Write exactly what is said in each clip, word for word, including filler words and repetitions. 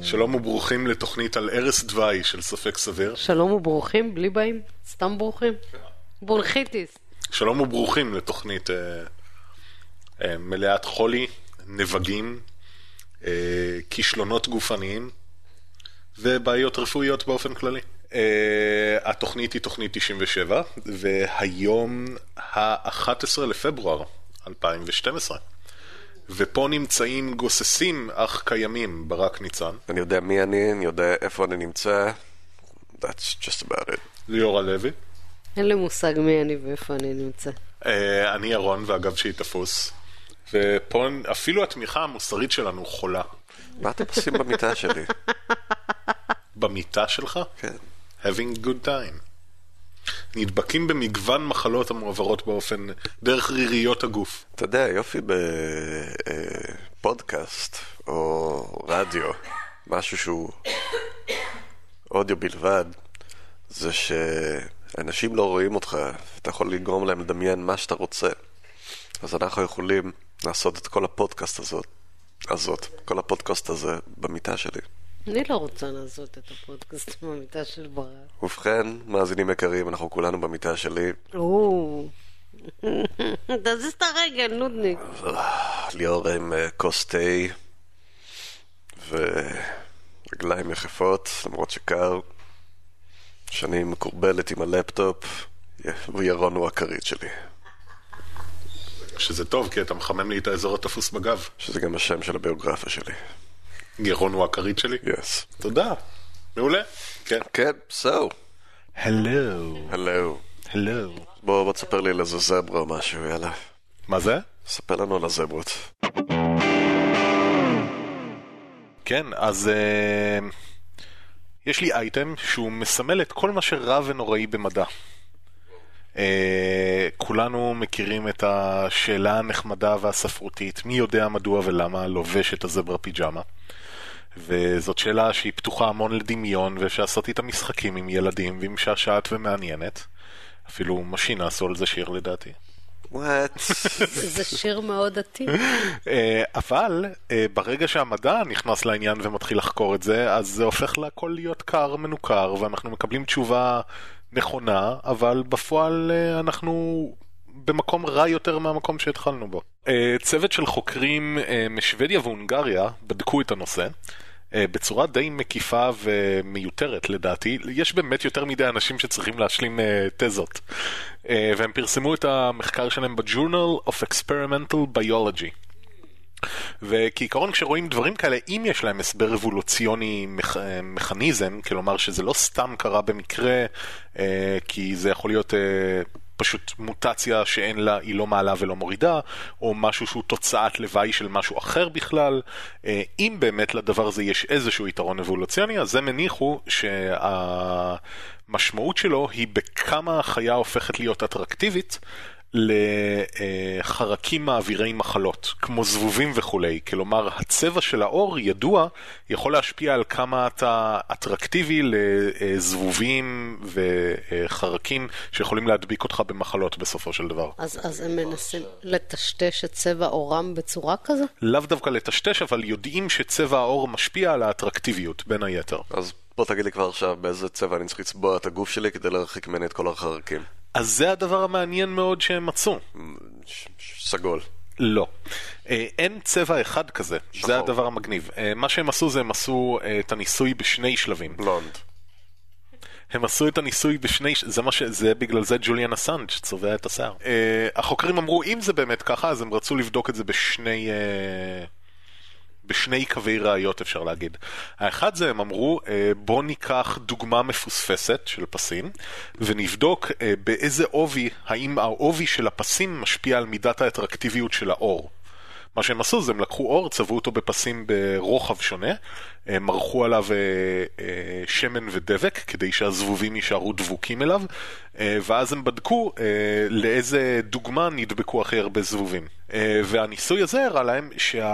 שלום וברוכים לתוכנית על ערש דווי של ספק סביר. שלום וברוכים, בלי באים, סתם ברוכים. בורכיטיס. שלום וברוכים לתוכנית אה, אה, מלאת חולי, נבגים, אה, כישלונות גופניים ובעיות רפואיות באופן כללי. Uh, התוכנית היא תוכנית תשעים ושבע, והיום ה-אחד עשר לפברואר אלפיים ושתים עשרה, ופה נמצאים גוססים אך קיימים. ברק ניצן, אני יודע מי אני, אני יודע איפה אני נמצא. That's just about it. ליאור הלוי, אין לי מושג מי אני ואיפה אני נמצא. uh, אני ירון והגב שהיא תפוס, ופה אפילו התמיכה המוסרית שלנו חולה. מה אתם עושים במיטה שלי? במיטה שלך? כן. having good time. נדבקים במגוון מחלות המועברות באופן דרך ריריות הגוף. אתה יודע, יופי בפודקאסט או רדיו, משהו שהוא אודיו בלבד, זה שאנשים לא רואים אותך, אתה יכול לגרום להם לדמיין מה שאתה רוצה. אז אנחנו יכולים לעשות את כל הפודקאסט הזאת, הזאת, כל הפודקאסט הזה במיטה שלי. אני לא רוצה לעשות את הפודקאסט במיטה של ברק. ובכן, מאזינים יקרים, אנחנו כולנו במיטה שלי. או, תזיז את הרגל, נודניק. ליאור עם כוס תה ורגליים יחפות, למרות שקר. שאני מקורבלת עם הלפטופ, וירון הוא הכרית שלי. שזה טוב, כי אתה מחמם לי את האזור התפוס בגב. שזה גם השם של הביוגרפיה שלי. ירון הוא הכרית שלי? Yes. תודה. מעולה. כן. כן, so. Hello. Hello. Hello. בוא, בוא תספר לי על איזה זברה או משהו, יאללה. מה זה? ספר לנו על הזברות. כן, אז uh, יש לי אייטם שהוא מסמל את כל מה שרע ונוראי במדע. Uh, כולנו מכירים את השאלה הנחמדה והספרותית, מי יודע מדוע ולמה לובש את הזברה פיג'מה. וזאת שאלה שהיא פתוחה המון לדמיון, ואפשר לעשות איתה משחקים עם ילדים, והיא משעשעת ומעניינת. אפילו משינה עשו על זה שיר לדעתי. What? זה שיר מאוד עתיק. אבל ברגע שהמדע נכנס לעניין ומתחיל לחקור את זה, אז זה הופך לכל להיות קר מנוכר, ואנחנו מקבלים תשובה נכונה, אבל בפועל אנחנו במקום רע יותר מהמקום שהתחלנו בו. צוות של חוקרים משוודיה והונגריה בדקו את הנושא בצורה די מקיפה ומיותרת לדעתי. יש באמת יותר מדי אנשים שצריכים להשלים תזות, והם פרסמו את המחקר שלהם ב-Journal of Experimental Biology. וכעיקרון כשרואים דברים כאלה, אם יש להם הסבר אבולוציוני מכ... מכניזם, כלומר שזה לא סתם קרה במקרה, כי זה יכול להיות פשוט מוטציה שאין לה, היא לא מעלה ולא מורידה, או משהו שהוא תוצאת לוואי של משהו אחר בכלל. אם באמת לדבר הזה יש איזשהו יתרון אבולוציוני, אז הם הניחו שהמשמעות שלו היא בכמה החיה הופכת להיות אטרקטיבית לחרקים מעבירי מחלות, כמו זבובים וכולי. כלומר, הצבע של האור ידוע, יכול להשפיע על כמה אתה אטרקטיבי לזבובים וחרקים שיכולים להדביק אותך במחלות בסופו של דבר. אז, אז הם מנסים לטשטש את צבע אורם בצורה כזו? לאו דווקא לטשטש, אבל יודעים שצבע האור משפיע על האטרקטיביות, בין היתר. אז בוא תגיד לי כבר עכשיו באיזה צבע אני צריך לצבוע את הגוף שלי כדי להרחיק ממני את כל החרקים. אז זה הדבר המעניין מאוד שהם מצאו. סגול. לא. אין צבע אחד כזה. שחור. זה הדבר המגניב. מה שהם עשו זה הם עשו את הניסוי בשני שלבים. בלונד. הם עשו את הניסוי בשני, זה, מה ש... זה בגלל זה ג'וליאן אסנג' צובע את השיער. החוקרים אמרו, אם זה באמת ככה, אז הם רצו לבדוק את זה בשני... בשני קווי ראיות אפשר להגיד. האחד זה הם אמרו, בוא ניקח דוגמה מפוספסת של פסים, ונבדוק באיזה עובי, האם העובי של הפסים משפיע על מידת האטרקטיביות של האור. מה שהם עשו זה הם לקחו אור, צבעו אותו בפסים ברוחב שונה, מרחו עליו שמן ודבק כדי שהזבובים יישארו דבוקים אליו, ואז הם בדקו לאיזה דוגמה נדבקו הכי הרבה זבובים. והניסוי הזה הראה להם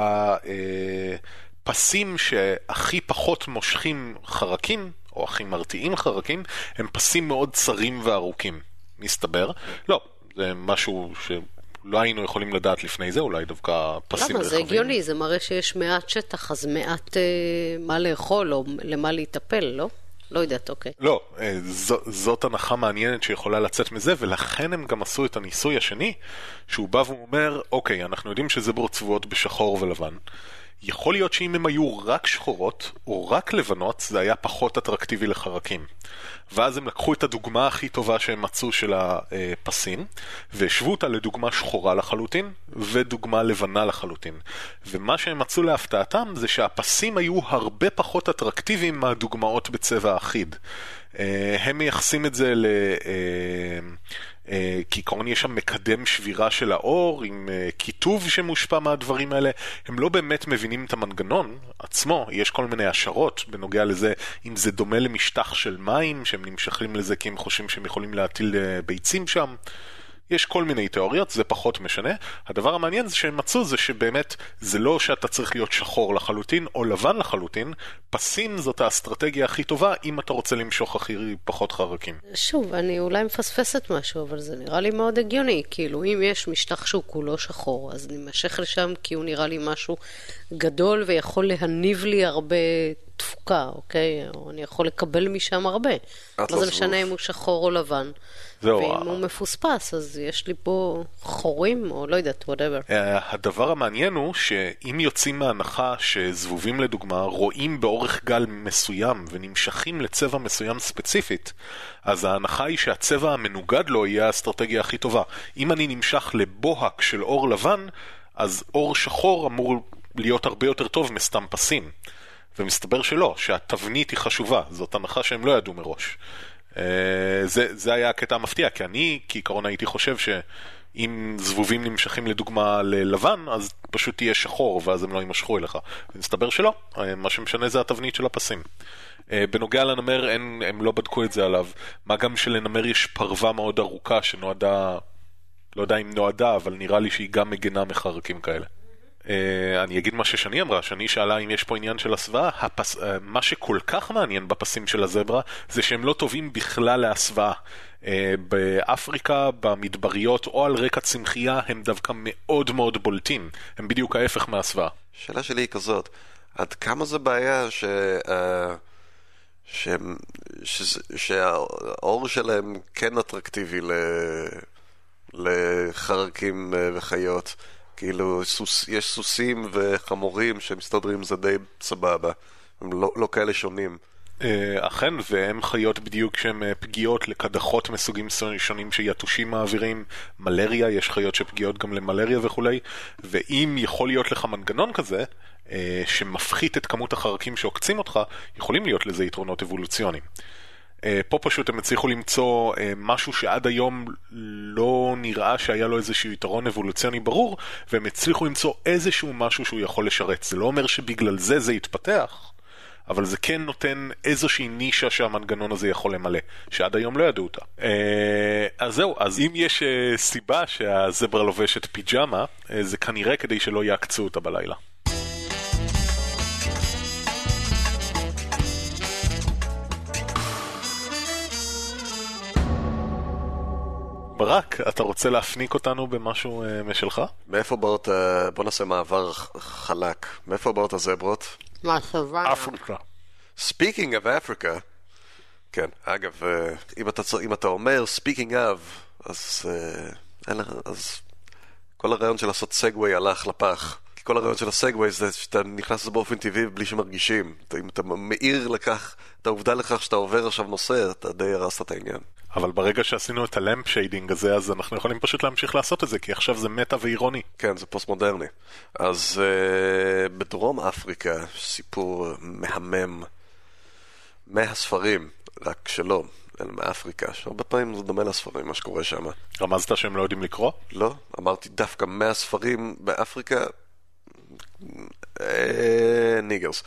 שהפסים שהכי פחות מושכים חרקים, או הכי מרתיעים חרקים, הם פסים מאוד צרים וארוכים. מסתבר? לא, זה משהו ש... לא היינו יכולים לדעת לפני זה, אולי דווקא פסים רחבים. למה? זה הגיוני, זה מראה שיש מעט שטח, אז מעט אה, מה לאכול או למה להיטפל, לא? לא יודעת, אוקיי. לא, ז, זאת הנחה מעניינת שיכולה לצאת מזה, ולכן הם גם עשו את הניסוי השני, שהוא בא ואומר, אוקיי, אנחנו יודעים שזברות צבועות בשחור ולבן, יכול להיות שאם הם היו רק שחורות או רק לבנות, זה היה פחות אטרקטיבי לחרקים. ואז הם לקחו את הדוגמה הכי טובה שהם מצאו של הפסים, והשוו אותה לדוגמה שחורה לחלוטין, ודוגמה לבנה לחלוטין. ומה שהם מצאו להפתעתם זה שהפסים היו הרבה פחות אטרקטיביים מהדוגמאות בצבע אחיד. הם מייחסים את זה ל... כי עיקרון יש שם מקדם שבירה של האור עם כיתוב שמושפע מהדברים האלה. הם לא באמת מבינים את המנגנון עצמו, יש כל מיני השערות בנוגע לזה, אם זה דומה למשטח של מים שהם נמשכים לזה כי הם חושבים שהם יכולים להטיל ביצים שם. יש כל מיני תיאוריות, זה פחות משנה. הדבר המעניין זה שהם מצאו זה שבאמת זה לא שאתה צריך להיות שחור לחלוטין או לבן לחלוטין, פסים זאת האסטרטגיה הכי טובה אם אתה רוצה למשוך הכי פחות חרקים. שוב, אני אולי מפספסת משהו, אבל זה נראה לי מאוד הגיוני. כאילו, אם יש משטח שהוא כולו שחור, אז נמשך לשם כי הוא נראה לי משהו גדול ויכול להניב לי הרבה תפוקה, אוקיי? או אני יכול לקבל משם הרבה. מה זה משנה אם הוא שחור או לבן? ואם הוא מפוספס, אז יש לי פה חורים, או לא יודעת, whatever. הדבר המעניין הוא שאם יוצאים מההנחה שזבובים לדוגמה רואים באורך גל מסוים ונמשכים לצבע מסוים ספציפית, אז ההנחה היא שהצבע המנוגד לו יהיה האסטרטגיה הכי טובה. אם אני נמשך לבוהק של אור לבן, אז אור שחור אמור להיות הרבה יותר טוב מסתם פסים. ומסתבר שלא, שהתבנית היא חשובה. זאת הנחה שהם לא ידעו מראש. זה, זה היה הקטע המפתיע, כי אני כעיקרון הייתי חושב שאם זבובים נמשכים לדוגמה ללבן, אז פשוט תהיה שחור ואז הם לא יימשכו אליך. ומסתבר שלא, מה שמשנה זה התבנית של הפסים. בנוגע לנמר, הם, הם לא בדקו את זה עליו. מה גם שלנמר יש פרווה מאוד ארוכה שנועדה, לא יודע אם נועדה, אבל נראה לי שהיא גם מגנה מחרקים כאלה. אני אגיד מה ששני אמרה, שאני שאלה אם יש פה עניין של הסוואה. הפס... מה שכל כך מעניין בפסים של הזברה זה שהם לא טובים בכלל להסוואה. באפריקה, במדבריות או על רקע צמחייה הם דווקא מאוד מאוד בולטים, הם בדיוק ההפך מהסוואה. השאלה שלי היא כזאת, עד כמה זה בעיה ש... ש... ש... שהאור שלהם כן אטרקטיבי ל... לחרקים וחיות? כאילו, סוס, יש סוסים וחמורים שמסתדרים זה די סבבה. הם לא, לא כאלה שונים. אכן, והם חיות בדיוק שהן פגיעות לקדחות מסוגים שונים שיתושים מעבירים. מלריה, יש חיות שפגיעות גם למלריה וכולי. ואם יכול להיות לך מנגנון כזה, שמפחית את כמות החרקים שעוקצים אותך, יכולים להיות לזה יתרונות אבולוציוניים. פה פשוט הם הצליחו למצוא משהו שעד היום לא נראה שהיה לו איזשהו יתרון אבולוציוני ברור, והם הצליחו למצוא איזשהו משהו שהוא יכול לשרת. זה לא אומר שבגלל זה זה יתפתח, אבל זה כן נותן איזושהי נישה שהמנגנון הזה יכול למלא, שעד היום לא ידעו אותה. אז זהו, אז אם יש סיבה שהזברה לובשת פיג'מה, זה כנראה כדי שלא יעקצו אותה בלילה. ברק, אתה רוצה להפניק אותנו במשהו uh, משלך? מאיפה באות, uh, בוא נעשה מעבר חלק. מאיפה באות הזברות? מה סבבה? אפריקה. Speaking of Africa, כן, אגב, uh, אם, אתה, אם אתה אומר speaking of, אז, uh, אין, אז כל הרעיון של לעשות סגווי הלך לפח. כי כל הרעיון של הסגווי זה שאתה נכנס לזה באופן טבעי בלי שמרגישים. אם אתה מאיר לכך, את העובדה לכך שאתה עובר עכשיו נושא, אתה די הרסת את העניין. אבל ברגע שעשינו את הלמפ שיידינג הזה, אז אנחנו יכולים פשוט להמשיך לעשות את זה, כי עכשיו זה מטה ואירוני. כן, זה פוסט מודרני. אז uh, בדרום אפריקה, סיפור מהמם מהספרים, רק שלא, אלא מאפריקה, שהרבה פעמים זה דומה לספרים, מה שקורה שם. רמזת שהם לא יודעים לקרוא? לא, אמרתי דווקא מהספרים באפריקה, ניגרס.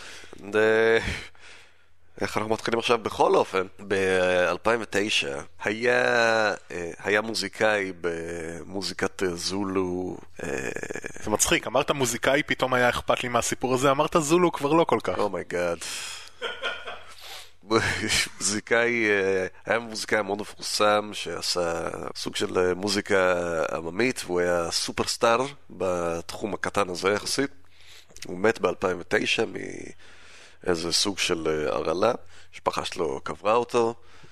איך אנחנו מתחילים עכשיו? בכל אופן, ב-אלפיים ותשע היה, היה מוזיקאי במוזיקת זולו. זה מצחיק, אמרת מוזיקאי, פתאום היה אכפת לי מהסיפור הזה, אמרת זולו כבר לא כל כך. אומייגאד. מוזיקאי, היה מוזיקאי מאוד מפורסם שעשה סוג של מוזיקה עממית, והוא היה סופרסטאר בתחום הקטן הזה יחסית. הוא מת ב-אלפיים ותשע מאיזה סוג של הרעלה, המשפחה שלו קברה אותו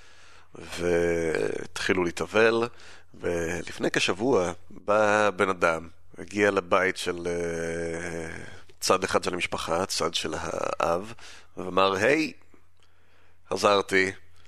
והתחילו להתאבל, ולפני כשבוע בא בן אדם, הגיע לבית של צד אחד של המשפחה, צד של האב, ואמר, היי, חזרתי,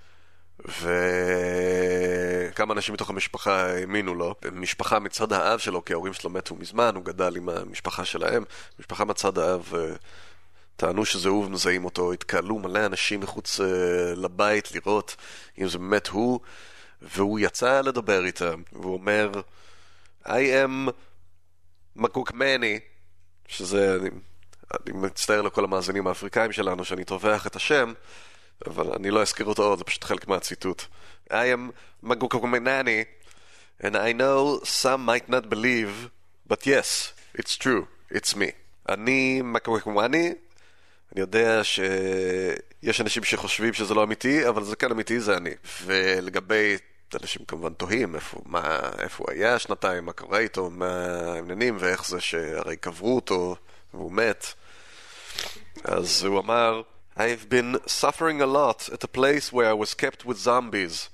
וכמה אנשים מתוך המשפחה האמינו לו. משפחה מצד האב שלו, כי ההורים שלו מתו מזמן, הוא גדל עם המשפחה שלהם. משפחה מצד האב טענו שזה הוא ומזהים אותו, התקהלו מלא אנשים מחוץ לבית לראות אם זה באמת הוא, והוא יצא לדבר איתם, והוא אומר, I am מקוקמני, שזה, אני, אני מצטער לכל המאזינים האפריקאים שלנו שאני טובח את השם, אבל אני לא אזכיר אותו עוד, זה פשוט חלק מהציטוט. I am מקוקמנני, and I know some might not believe, but yes, it's true, it's me. אני מקוקמני, אני יודע שיש אנשים שחושבים שזה לא אמיתי, אבל זה כן אמיתי, זה אני. ולגבי אנשים כמובן תוהים איפה, מה, איפה הוא היה שנתיים, מה קרה איתו, מה העניינים, ואיך זה שהרי קברו אותו והוא מת. אז הוא אמר, I've been suffering a lot at a place where I was kept with zombies.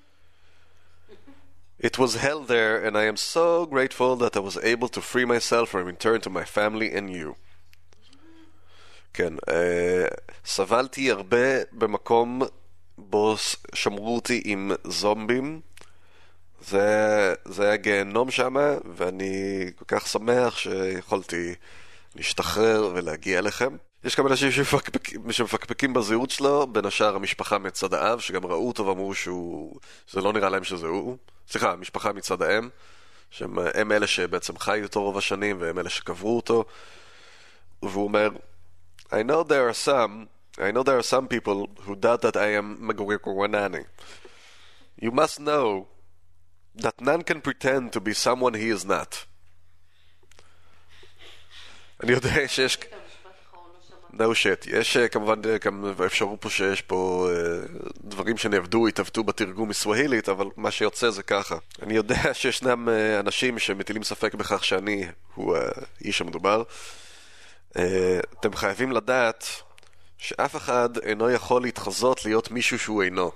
It was hell there, and I am so grateful that I was able to free myself and return to my family and you. כן, סבלתי הרבה במקום בו שמרו אותי עם זומבים. זה, זה היה גיהנום שם, ואני כל כך שמח שיכולתי להשתחרר ולהגיע אליכם. יש כמה אנשים שמפקפקים, שמפקפקים בזהות שלו, בין השאר המשפחה מצד האב, שגם ראו אותו ואמרו שהוא, שזה לא נראה להם שזה הוא. סליחה, המשפחה מצד האם, שהם הם אלה שבעצם חיו אותו רוב השנים, והם אלה שקברו אותו. והוא אומר, I know there are some, I know there are some people who doubt that I am Magogekwanani. You must know that none can pretend to be someone he is not. אני יודע שיש... No shit. יש כמובן אפשרות פה שיש פה דברים שנעבדו, התעבדו בתרגום מסווהילית, אבל מה שיוצא זה ככה. אני יודע שישנם אנשים שמטילים ספק בכך שאני הוא האיש המדובר. אתם חייבים לדעת שאף אחד אינו יכול להתחזות להיות מישהו שהוא אינו.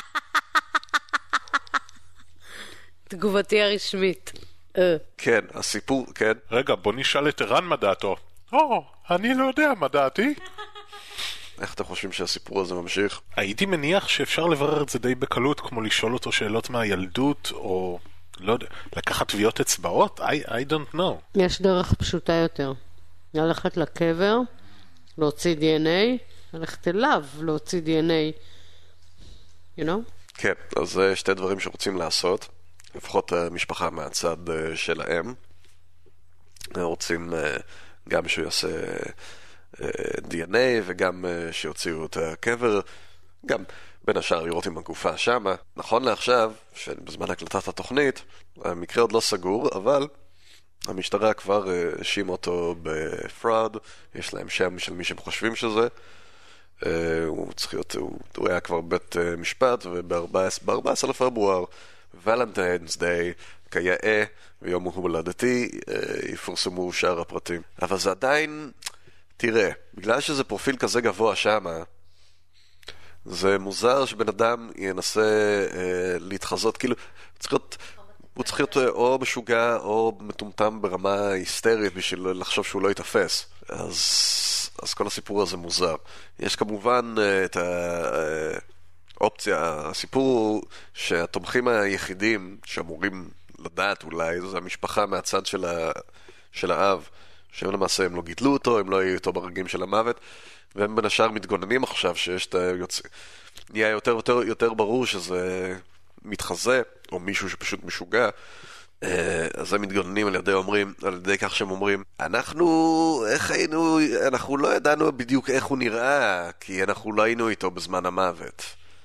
תגובתי הרשמית. כן, הסיפור, כן. רגע, בוא נשאל את ערן מה דעתו. או, אני לא יודע מה דעתי. איך אתם חושבים שהסיפור הזה ממשיך? הייתי מניח שאפשר לברר את זה די בקלות, כמו לשאול אותו שאלות מהילדות, או לא יודע, לקחת טביעות אצבעות? I, I don't know. יש דרך פשוטה יותר. ללכת לקבר, להוציא די אן איי, ללכת אליו, להוציא די אן איי. You know? כן, אז זה שתי דברים שרוצים לעשות. לפחות המשפחה מהצד של האם. רוצים גם שהוא יעשה די אן איי וגם שיוציאו את הקבר. גם בין השאר לראות עם הגופה שמה. נכון לעכשיו, שבזמן הקלטת התוכנית, המקרה עוד לא סגור, אבל המשטרה כבר האשים אותו בפראוד, יש להם שם של מי שהם חושבים שזה. הוא צריך להיות, הוא, הוא היה כבר בית משפט, וב-ארבעה עשר לפברואר, ולנטיינס דיי, כיאה, ויום הולדתי, יפורסמו שאר הפרטים. אבל זה עדיין, תראה, בגלל שזה פרופיל כזה גבוה שמה, זה מוזר שבן אדם ינסה אה, להתחזות, כאילו, צריך להיות, הוא צריך להיות או משוגע או מטומטם ברמה היסטרית בשביל לחשוב שהוא לא יתפס. אז, אז כל הסיפור הזה מוזר. יש כמובן אה, את האופציה, הסיפור הוא שהתומכים היחידים שאמורים לדעת אולי, זה המשפחה מהצד של, ה, של האב, שהם למעשה הם לא גידלו אותו, הם לא היו איתו ברגעים של המוות, והם בין השאר מתגוננים עכשיו שיש את היוצא... נהיה יותר יותר יותר ברור שזה מתחזה, או מישהו שפשוט משוגע, אז הם מתגוננים על ידי אומרים, על ידי כך שהם אומרים, אנחנו, איך היינו, אנחנו לא ידענו בדיוק איך הוא נראה, כי אנחנו לא היינו איתו בזמן המוות.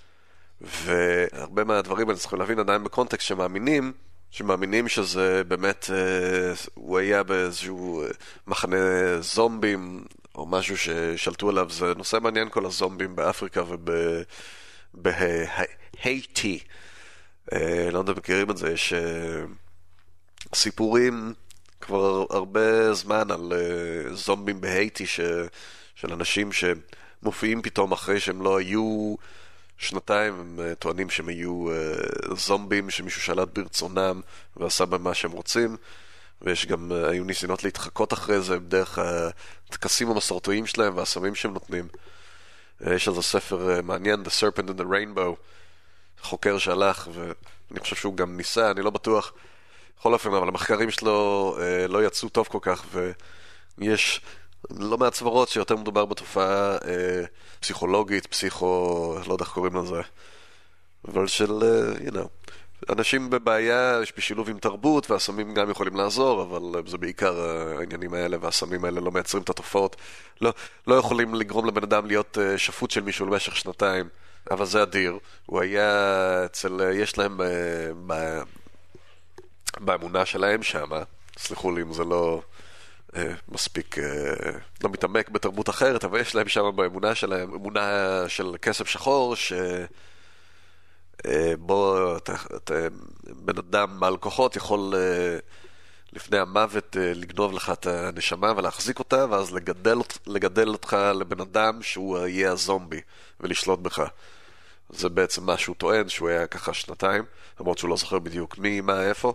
והרבה מהדברים אני צריכים להבין עדיין בקונטקסט שמאמינים, שמאמינים שזה באמת, הוא היה באיזשהו מחנה זומבים, או משהו ששלטו עליו, זה נושא מעניין כל הזומבים באפריקה ובהייטי. לא יודע, מכירים את זה, יש סיפורים כבר הרבה זמן על זומבים בהייטי ש... של אנשים שמופיעים פתאום אחרי שהם לא היו שנתיים, הם טוענים שהם היו זומבים שמישהו שלט ברצונם ועשה בהם מה שהם רוצים, ויש גם, היו ניסיונות להתחקות אחרי זה בדרך הטקסים המסורתיים שלהם והסמים שהם נותנים. יש איזה ספר מעניין, The Serpent and the Rainbow, חוקר שהלך, ואני חושב שהוא גם ניסה, אני לא בטוח, בכל אופן, אבל המחקרים שלו לא יצאו טוב כל כך, ויש לא מעט סברות שיותר מדובר בתופעה פסיכולוגית, פסיכו, לא יודע איך קוראים לזה, אבל של, you know, אנשים בבעיה, יש בשילוב עם תרבות, והסמים גם יכולים לעזור, אבל זה בעיקר העניינים האלה, והסמים האלה לא מייצרים את התופעות, לא, לא יכולים לגרום לבן אדם להיות שפוט של מישהו למשך שנתיים, אבל זה אדיר. הוא היה אצל, יש להם ב, באמונה שלהם שמה, סליחו לי אם זה לא מספיק, לא מתעמק בתרבות אחרת, אבל יש להם שם באמונה שלהם, אמונה של כסף שחור, ש... בו בן אדם בעל כוחות יכול לפני המוות לגנוב לך את הנשמה ולהחזיק אותה, ואז לגדל, לגדל אותך לבן אדם שהוא יהיה הזומבי ולשלוט בך. זה בעצם מה שהוא טוען, שהוא היה ככה שנתיים, למרות שהוא לא זוכר בדיוק מי, מה, איפה.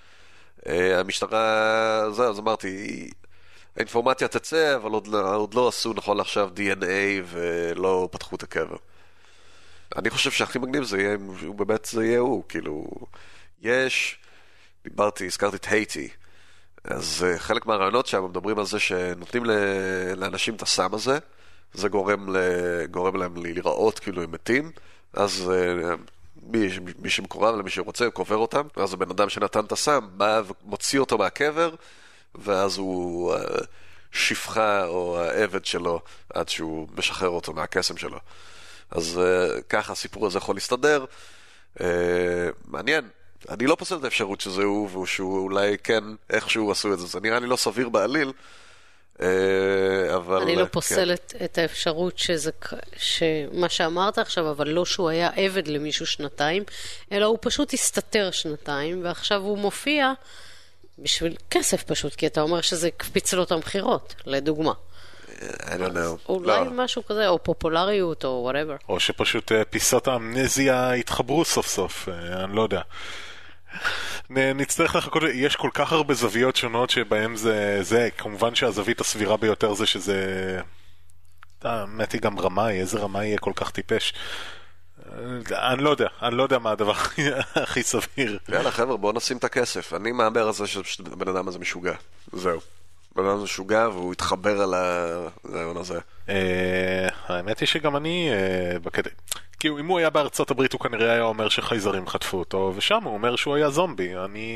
המשטרה, זה, אז אמרתי, האינפורמציה תצא, אבל עוד, עוד לא עשו נכון עכשיו די אן איי ולא פתחו את הקבר. אני חושב שהכי מגניב זה יהיה, הוא באמת זה יהיה הוא, כאילו, יש, דיברתי, הזכרתי את הייטי, אז חלק מהרעיונות שם מדברים על זה שנותנים לאנשים את הסם הזה, זה גורם, גורם להם להיראות כאילו הם מתים, אז מי, מי שמקורב למי שרוצה, הוא קובר אותם, אז הבן אדם שנתן את הסם, בא ומוציא אותו מהקבר, ואז הוא שפחה או העבד שלו, עד שהוא משחרר אותו מהקסם שלו. אז uh, ככה הסיפור הזה יכול להסתדר. uh, מעניין, אני לא פוסל את האפשרות שזה הוא, ושהוא אולי כן, איכשהו עשו את זה, זה נראה לי לא סביר בעליל, uh, אבל... אני לא פוסלת כן. את האפשרות שזה, שמה שאמרת עכשיו, אבל לא שהוא היה עבד למישהו שנתיים, אלא הוא פשוט הסתתר שנתיים, ועכשיו הוא מופיע בשביל כסף פשוט, כי אתה אומר שזה קפיץ לו את המחירות, לדוגמה. I don't know. אולי משהו כזה, או פופולריות, או whatever. או שפשוט פיסות האמנזיה התחברו סוף סוף, אני לא יודע. נצטרך לחכות, יש כל כך הרבה זוויות שונות שבהם זה, זה, כמובן שהזווית הסבירה ביותר זה שזה, האמת היא גם רמאי, איזה רמאי יהיה כל כך טיפש. אני לא יודע, אני לא יודע מה הדבר הכי סביר. יאללה חבר'ה, בואו נשים את הכסף. אני מאמר על זה שבן אדם הזה משוגע. זהו. בן אדם משוגע והוא התחבר על הרעיון הזה. האמת היא שגם אני בקטע, כי אם הוא היה בארצות הברית הוא כנראה היה אומר שחייזרים חטפו אותו, ושם הוא אומר שהוא היה זומבי. אני...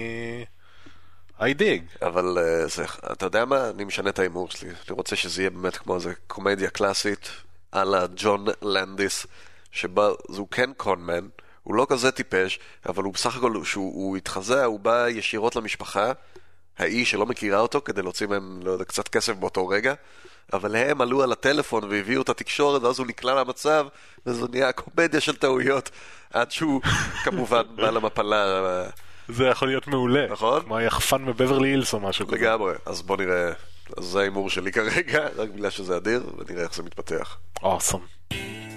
I dig. אבל אתה יודע מה? אני משנה את האימור שלי. אני רוצה שזה יהיה באמת כמו איזה קומדיה קלאסית על ג'ון לנדיס, שבה הוא כן קונמן, הוא לא כזה טיפש, אבל הוא בסך הכל, שהוא התחזה, הוא בא ישירות למשפחה, האיש שלא מכירה אותו, כדי להוציא מהם, לא יודע, קצת כסף באותו רגע, אבל הם עלו על הטלפון והביאו את התקשורת, ואז הוא נקלע למצב, וזו נהיה קומדיה של טעויות, עד שהוא כמובן בא למפלה. זה יכול להיות מעולה. נכון? כמו היחפן בבברלי הילס או משהו כזה. לגמרי, אז בוא נראה, אז זה האימור שלי כרגע, רק בגלל שזה אדיר, ונראה איך זה מתפתח. Awesome.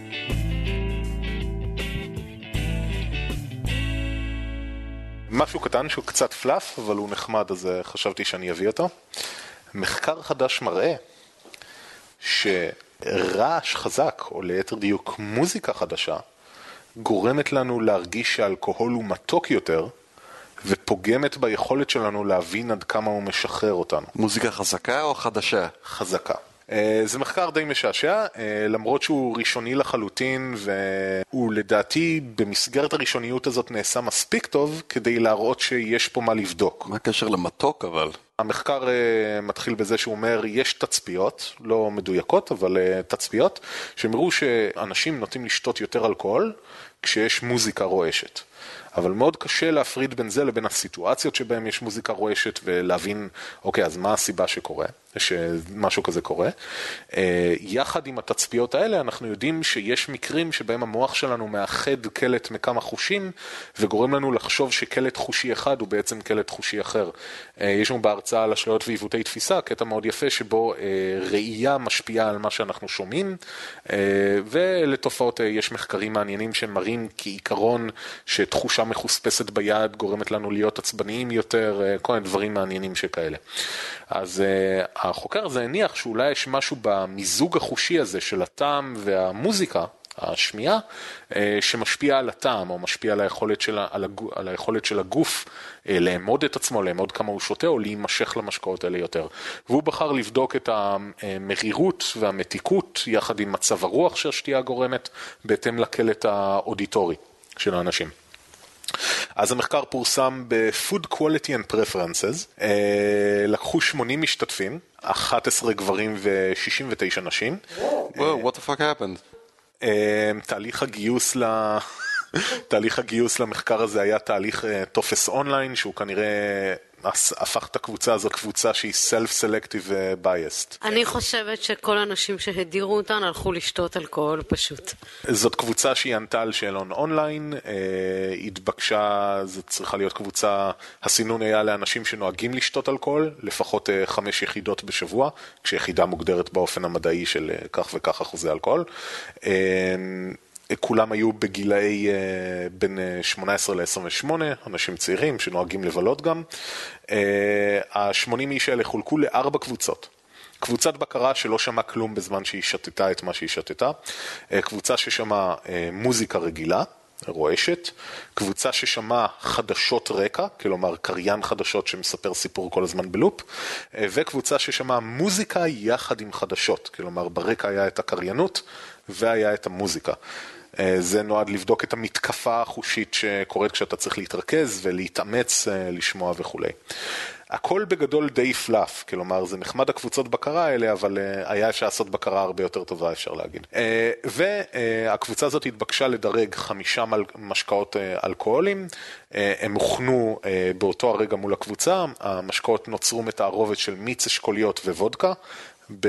משהו קטן שהוא קצת פלאף, אבל הוא נחמד, אז חשבתי שאני אביא אותו. מחקר חדש מראה שרעש חזק, או ליתר דיוק מוזיקה חדשה, גורמת לנו להרגיש שהאלכוהול הוא מתוק יותר, ופוגמת ביכולת שלנו להבין עד כמה הוא משחרר אותנו. מוזיקה חזקה או חדשה? חזקה. זה מחקר די משעשע, למרות שהוא ראשוני לחלוטין, והוא לדעתי במסגרת הראשוניות הזאת נעשה מספיק טוב כדי להראות שיש פה מה לבדוק. מה הקשר למתוק אבל? המחקר מתחיל בזה שהוא אומר יש תצפיות, לא מדויקות אבל תצפיות, שמראו שאנשים נוטים לשתות יותר אלכוהול כשיש מוזיקה רועשת. אבל מאוד קשה להפריד בין זה לבין הסיטואציות שבהם יש מוזיקה רועשת ולהבין, אוקיי, אז מה הסיבה שקורה, שמשהו כזה קורה. יחד עם התצפיות האלה אנחנו יודעים שיש מקרים שבהם המוח שלנו מאחד קלט מכמה חושים וגורם לנו לחשוב שקלט חושי אחד הוא בעצם קלט חושי אחר. יש לנו בהרצאה על אשליות ועיוותי תפיסה קטע מאוד יפה שבו ראייה משפיעה על מה שאנחנו שומעים, ולתופעות יש מחקרים מעניינים שמראים כעיקרון שתחושה מחוספסת ביד גורמת לנו להיות עצבניים יותר, כל מיני דברים מעניינים שכאלה. אז החוקר הזה הניח שאולי יש משהו במיזוג החושי הזה של הטעם והמוזיקה, השמיעה, שמשפיע על הטעם או משפיע על היכולת של, על הגוף, על היכולת של הגוף לעמוד את עצמו, לעמוד כמה הוא שותה או להימשך למשקאות האלה יותר. והוא בחר לבדוק את המרירות והמתיקות יחד עם מצב הרוח שהשתייה גורמת בהתאם לקלט האודיטורי של האנשים. אז המחקר פורסם ב-Food Quality and Preferences, לקחו שמונים משתתפים, אחד עשר גברים ו-שישים ותשע נשים. Whoa, what the fuck happened? תהליך הגיוס ל... תהליך הגיוס למחקר הזה היה תהליך טופס אונליין, שהוא כנראה הפך את הקבוצה הזאת קבוצה שהיא self-selective biased. אני חושבת שכל האנשים שהדירו אותן הלכו לשתות אלכוהול פשוט. זאת קבוצה שהיא ענתה על שאלון אונליין, התבקשה, זאת צריכה להיות קבוצה, הסינון היה לאנשים שנוהגים לשתות אלכוהול, לפחות חמש יחידות בשבוע, כשיחידה מוגדרת באופן המדעי של כך וכך אחוזי אלכוהול. כולם היו בגילאי בין שמונה עשרה ל-עשרים ושמונה, אנשים צעירים שנוהגים לבלות גם. ה-שמונים איש האלה חולקו לארבע קבוצות. קבוצת בקרה שלא שמעה כלום בזמן שהיא שתתה את מה שהיא שתתה. קבוצה ששמעה מוזיקה רגילה, רועשת. קבוצה ששמעה חדשות רקע, כלומר קריין חדשות שמספר סיפור כל הזמן בלופ. וקבוצה ששמעה מוזיקה יחד עם חדשות, כלומר ברקע היה את הקריינות והיה את המוזיקה. זה נועד לבדוק את המתקפה החושית שקורית כשאתה צריך להתרכז ולהתאמץ לשמוע וכו'. הכל בגדול די פלאף, כלומר זה נחמד הקבוצות בקרה האלה, אבל היה אפשר לעשות בקרה הרבה יותר טובה אפשר להגיד. והקבוצה הזאת התבקשה לדרג חמישה משקאות אלכוהולים, הם הוכנו באותו הרגע מול הקבוצה, המשקאות נוצרו מתערובת של מיץ אשכוליות ווודקה, ב...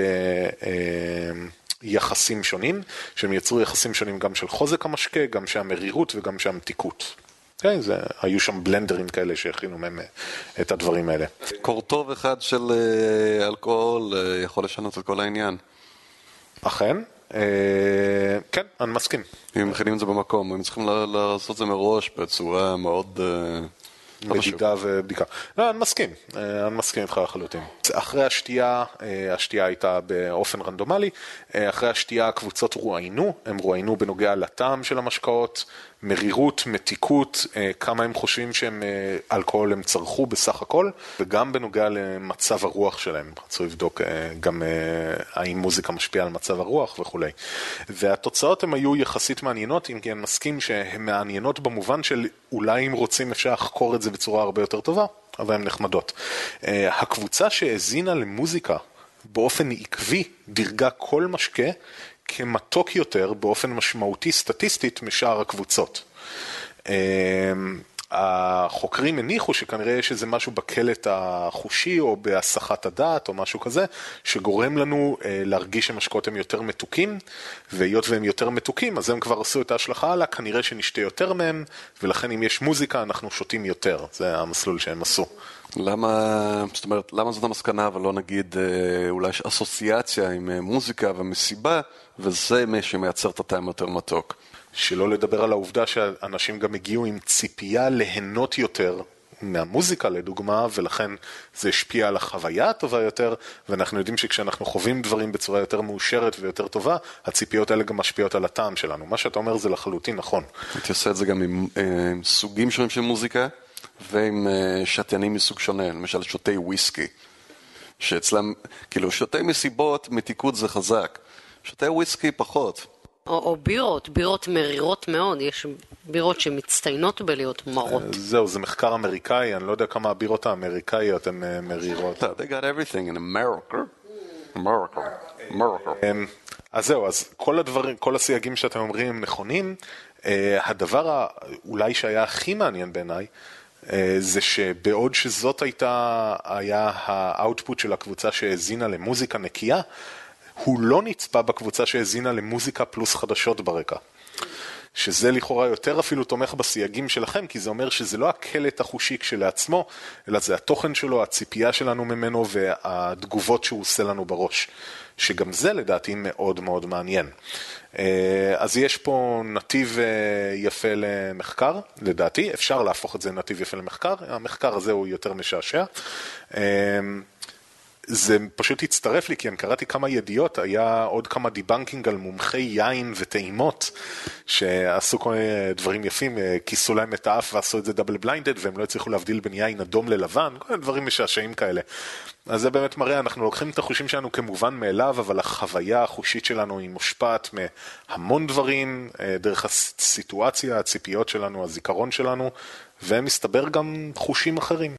יחסים שונים, שהם יצרו יחסים שונים גם של חוזק המשקה, גם של המרירות וגם של המתיקות. כן, זה, היו שם בלנדרים כאלה שהכינו מהם את הדברים האלה. קורטוב אחד של אלכוהול יכול לשנות את כל העניין. אכן, כן, אני מסכים. אם מכינים את זה במקום, הם צריכים לעשות את זה מראש בצורה מאוד... מדידה ובדיקה. לא, אני מסכים, אני מסכים איתך לחלוטין. אחרי השתייה, השתייה הייתה באופן רנדומלי, אחרי השתייה הקבוצות רואיינו, הם רואיינו בנוגע לטעם של המשקאות, מרירות, מתיקות, כמה הם חושבים שהם אלכוהול הם צרכו בסך הכל, וגם בנוגע למצב הרוח שלהם, רצו לבדוק גם האם מוזיקה משפיעה על מצב הרוח וכו'. והתוצאות הן היו יחסית מעניינות, אם כי אני מסכים שהן מעניינות במובן של אולי אם רוצים אפשר לחקור את זה בצורה הרבה יותר טובה, אבל הן נחמדות. הקבוצה שהזינה למוזיקה באופן עקבי דירגה כל משקה כמתוק יותר באופן משמעותי סטטיסטית משאר הקבוצות. החוקרים הניחו שכנראה יש איזה משהו בקלט החושי או בהסחת הדעת או משהו כזה, שגורם לנו להרגיש שמשקאות הם יותר מתוקים, והיות והם יותר מתוקים, אז הם כבר עשו את ההשלכה עלה, כנראה שנשתה יותר מהם, ולכן אם יש מוזיקה אנחנו שותים יותר, זה המסלול שהם עשו. למה, זאת אומרת, למה זאת המסקנה, אבל לא נגיד אולי יש אסוציאציה עם מוזיקה ומסיבה, וזה מה שמייצר את הטעם יותר מתוק. שלא לדבר על העובדה שאנשים גם הגיעו עם ציפייה ליהנות יותר מהמוזיקה לדוגמה, ולכן זה השפיע על החוויה הטובה יותר, ואנחנו יודעים שכשאנחנו חווים דברים בצורה יותר מאושרת ויותר טובה, הציפיות האלה גם משפיעות על הטעם שלנו. מה שאתה אומר זה לחלוטין נכון. הייתי עושה את זה גם עם, עם סוגים שונים של מוזיקה, ועם שתיינים מסוג שונה, למשל שותי וויסקי, שאצלם, כאילו שותי מסיבות, מתיקות זה חזק, שותי וויסקי פחות. או, או בירות, בירות מרירות מאוד, יש בירות שמצטיינות בלהיות מרות. זהו, זה מחקר אמריקאי, אני לא יודע כמה הבירות האמריקאיות הן מרירות. They got everything in America. America. America. אז זהו, אז כל הדברים, כל הסייגים שאתם אומרים הם נכונים, הדבר אולי שהיה הכי מעניין בעיניי, זה שבעוד שזאת הייתה, היה האוטפוט של הקבוצה שהזינה למוזיקה נקייה, הוא לא נצפה בקבוצה שהזינה למוזיקה פלוס חדשות ברקע. שזה לכאורה יותר אפילו תומך בסייגים שלכם, כי זה אומר שזה לא הקלט החושי כשלעצמו, אלא זה התוכן שלו, הציפייה שלנו ממנו והתגובות שהוא עושה לנו בראש. שגם זה לדעתי מאוד מאוד מעניין. אז יש פה נתיב יפה למחקר, לדעתי, אפשר להפוך את זה נתיב יפה למחקר, המחקר הזה הוא יותר משעשע. זה פשוט הצטרף לי, כי אני קראתי כמה ידיעות, היה עוד כמה דיבנקינג על מומחי יין וטעימות, שעשו כל מיני דברים יפים, כיסו להם את האף ועשו את זה דאבל בליינדד, והם לא הצליחו להבדיל בין יין אדום ללבן, כל מיני דברים משעשעים כאלה. אז זה באמת מראה, אנחנו לוקחים את החושים שלנו כמובן מאליו, אבל החוויה החושית שלנו היא מושפעת מהמון דברים, דרך הסיטואציה, הציפיות שלנו, הזיכרון שלנו, ומסתבר גם חושים אחרים.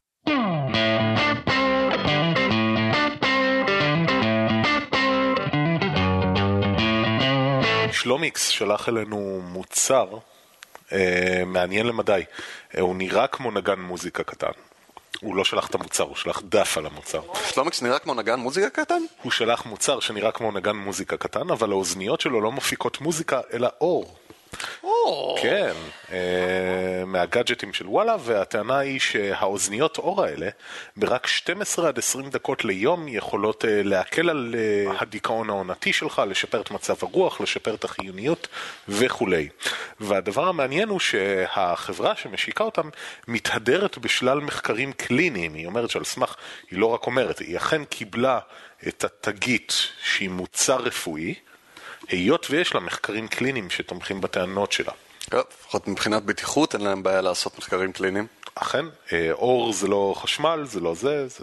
שלומיקס שלח אלינו מוצר אה, מעניין למדי. אה, הוא נראה כמו נגן מוזיקה קטן. הוא לא שלח את המוצר, הוא שלח דף על המוצר. שלומיקס נראה כמו נגן מוזיקה קטן? הוא שלח מוצר שנראה כמו נגן מוזיקה קטן, אבל האוזניות שלו לא מפיקות מוזיקה, אלא אור. Oh. כן, מהגאדג'טים של וואלה, והטענה היא שהאוזניות אור האלה ברק שתים עשרה עד עשרים דקות ליום יכולות להקל על הדיכאון העונתי שלך, לשפר את מצב הרוח, לשפר את החיוניות וכו'. והדבר המעניין הוא שהחברה שמשיקה אותם מתהדרת בשלל מחקרים קליניים. היא אומרת שעל סמך, היא לא רק אומרת, היא אכן קיבלה את התגית שהיא מוצר רפואי, היות ויש לה מחקרים קליניים שתומכים בטענות שלה. טוב, לפחות מבחינת בטיחות אין להם בעיה לעשות מחקרים קליניים. אכן, אור זה לא חשמל, זה לא זה, זה,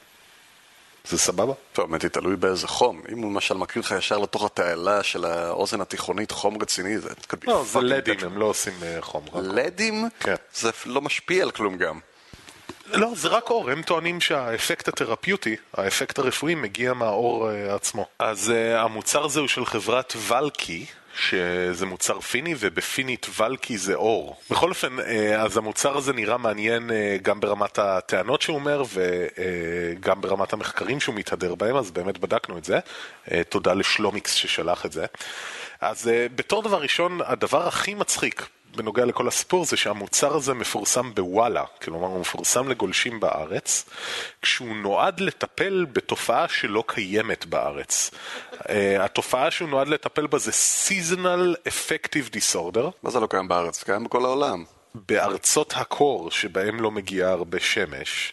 זה סבבה. טוב, באמת היא תלוי באיזה חום. אם הוא למשל מכיר לך ישר לתוך התעלה של האוזן התיכונית חום רציני, זה... לא, זה לדים, הם לא עושים חום. לדים? כן. זה לא משפיע על כלום גם. לא, זה רק אור, הם טוענים שהאפקט התרפיוטי, האפקט הרפואי מגיע מהאור עצמו. אז המוצר הזה הוא של חברת ולקי, שזה מוצר פיני, ובפינית ולקי זה אור. בכל אופן, אז המוצר הזה נראה מעניין גם ברמת הטענות שהוא אומר, וגם ברמת המחקרים שהוא מתהדר בהם, אז באמת בדקנו את זה. תודה לשלומיקס ששלח את זה. אז בתור דבר ראשון, הדבר הכי מצחיק בנוגע לכל הסיפור זה שהמוצר הזה מפורסם בוואלה, כלומר הוא מפורסם לגולשים בארץ, כשהוא נועד לטפל בתופעה שלא קיימת בארץ. התופעה שהוא נועד לטפל בה זה seasonal affective disorder. מה זה לא קיים בארץ? קיים בכל העולם. בארצות הקור שבהם לא מגיעה הרבה שמש,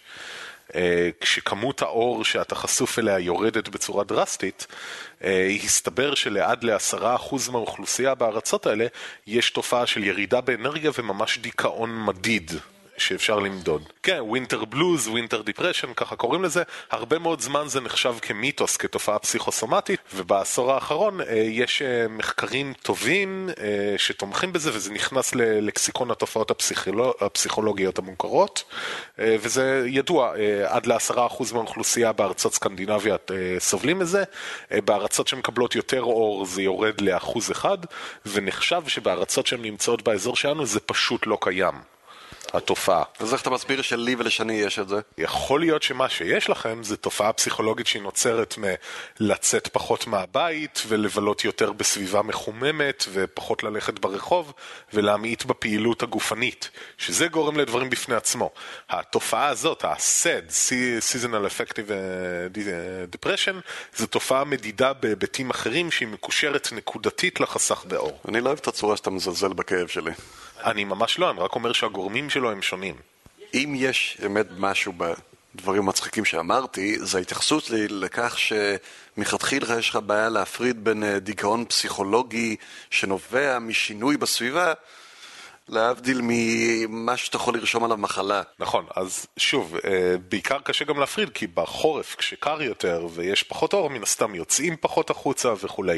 כשכמות האור שאתה חשוף אליה יורדת בצורה דרסטית, הסתבר שלעד לעשרה אחוז מהאוכלוסייה בארצות האלה יש תופעה של ירידה באנרגיה וממש דיכאון מדיד שאפשר למדוד. כן, ווינטר בלוז, ווינטר דיפרשן, ככה קוראים לזה. הרבה מאוד זמן זה נחשב כמיתוס, כתופעה פסיכוסומטית, ובעשור האחרון יש מחקרים טובים שתומכים בזה, וזה נכנס ללקסיקון התופעות הפסיכולוגיות המוכרות, וזה ידוע, עד לעשרה אחוז מהאוכלוסייה בארצות סקנדינביה סובלים מזה, בארצות שמקבלות יותר אור זה יורד לאחוז אחד, ונחשב שבארצות שהן נמצאות באזור שלנו זה פשוט לא קיים. התופעה. אז איך אתה מסביר שלי ולשני יש את זה? יכול להיות שמה שיש לכם זה תופעה פסיכולוגית שהיא נוצרת מלצאת פחות מהבית ולבלות יותר בסביבה מחוממת ופחות ללכת ברחוב ולהמעיט בפעילות הגופנית, שזה גורם לדברים בפני עצמו. התופעה הזאת, ה-S E D, Seasonal Affective Depression, זו תופעה מדידה בהיבטים אחרים שהיא מקושרת נקודתית לחסך באור. אני לא אוהב את הצורה שאתה מזלזל בכאב שלי. אני ממש לא, אני רק אומר שהגורמים שלו הם שונים. אם יש באמת משהו בדברים מצחיקים שאמרתי, זה ההתייחסות לי לכך שמחתחילה יש לך בעיה להפריד בין דיכאון פסיכולוגי שנובע משינוי בסביבה, להבדיל ממה שאתה יכול לרשום עליו מחלה. נכון, אז שוב, בעיקר קשה גם להפריד, כי בחורף כשקר יותר ויש פחות אור, מן הסתם יוצאים פחות החוצה וכולי.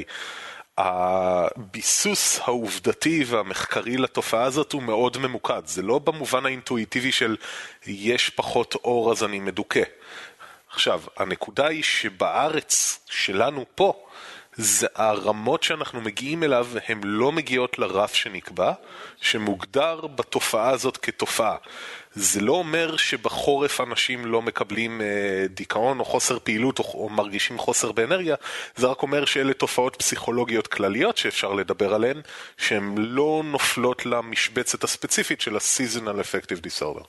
הביסוס העובדתי והמחקרי לתופעה הזאת הוא מאוד ממוקד. זה לא במובן האינטואיטיבי של יש פחות אור אז אני מדוכא. עכשיו, הנקודה היא שבארץ שלנו פה, זה, הרמות שאנחנו מגיעים אליו הן לא מגיעות לרף שנקבע, שמוגדר בתופעה הזאת כתופעה. זה לא אומר שבחורף אנשים לא מקבלים אה, דיכאון או חוסר פעילות או, או מרגישים חוסר באנרגיה, זה רק אומר שאלה תופעות פסיכולוגיות כלליות שאפשר לדבר עליהן, שהן לא נופלות למשבצת הספציפית של ה-seasonal affective disorder.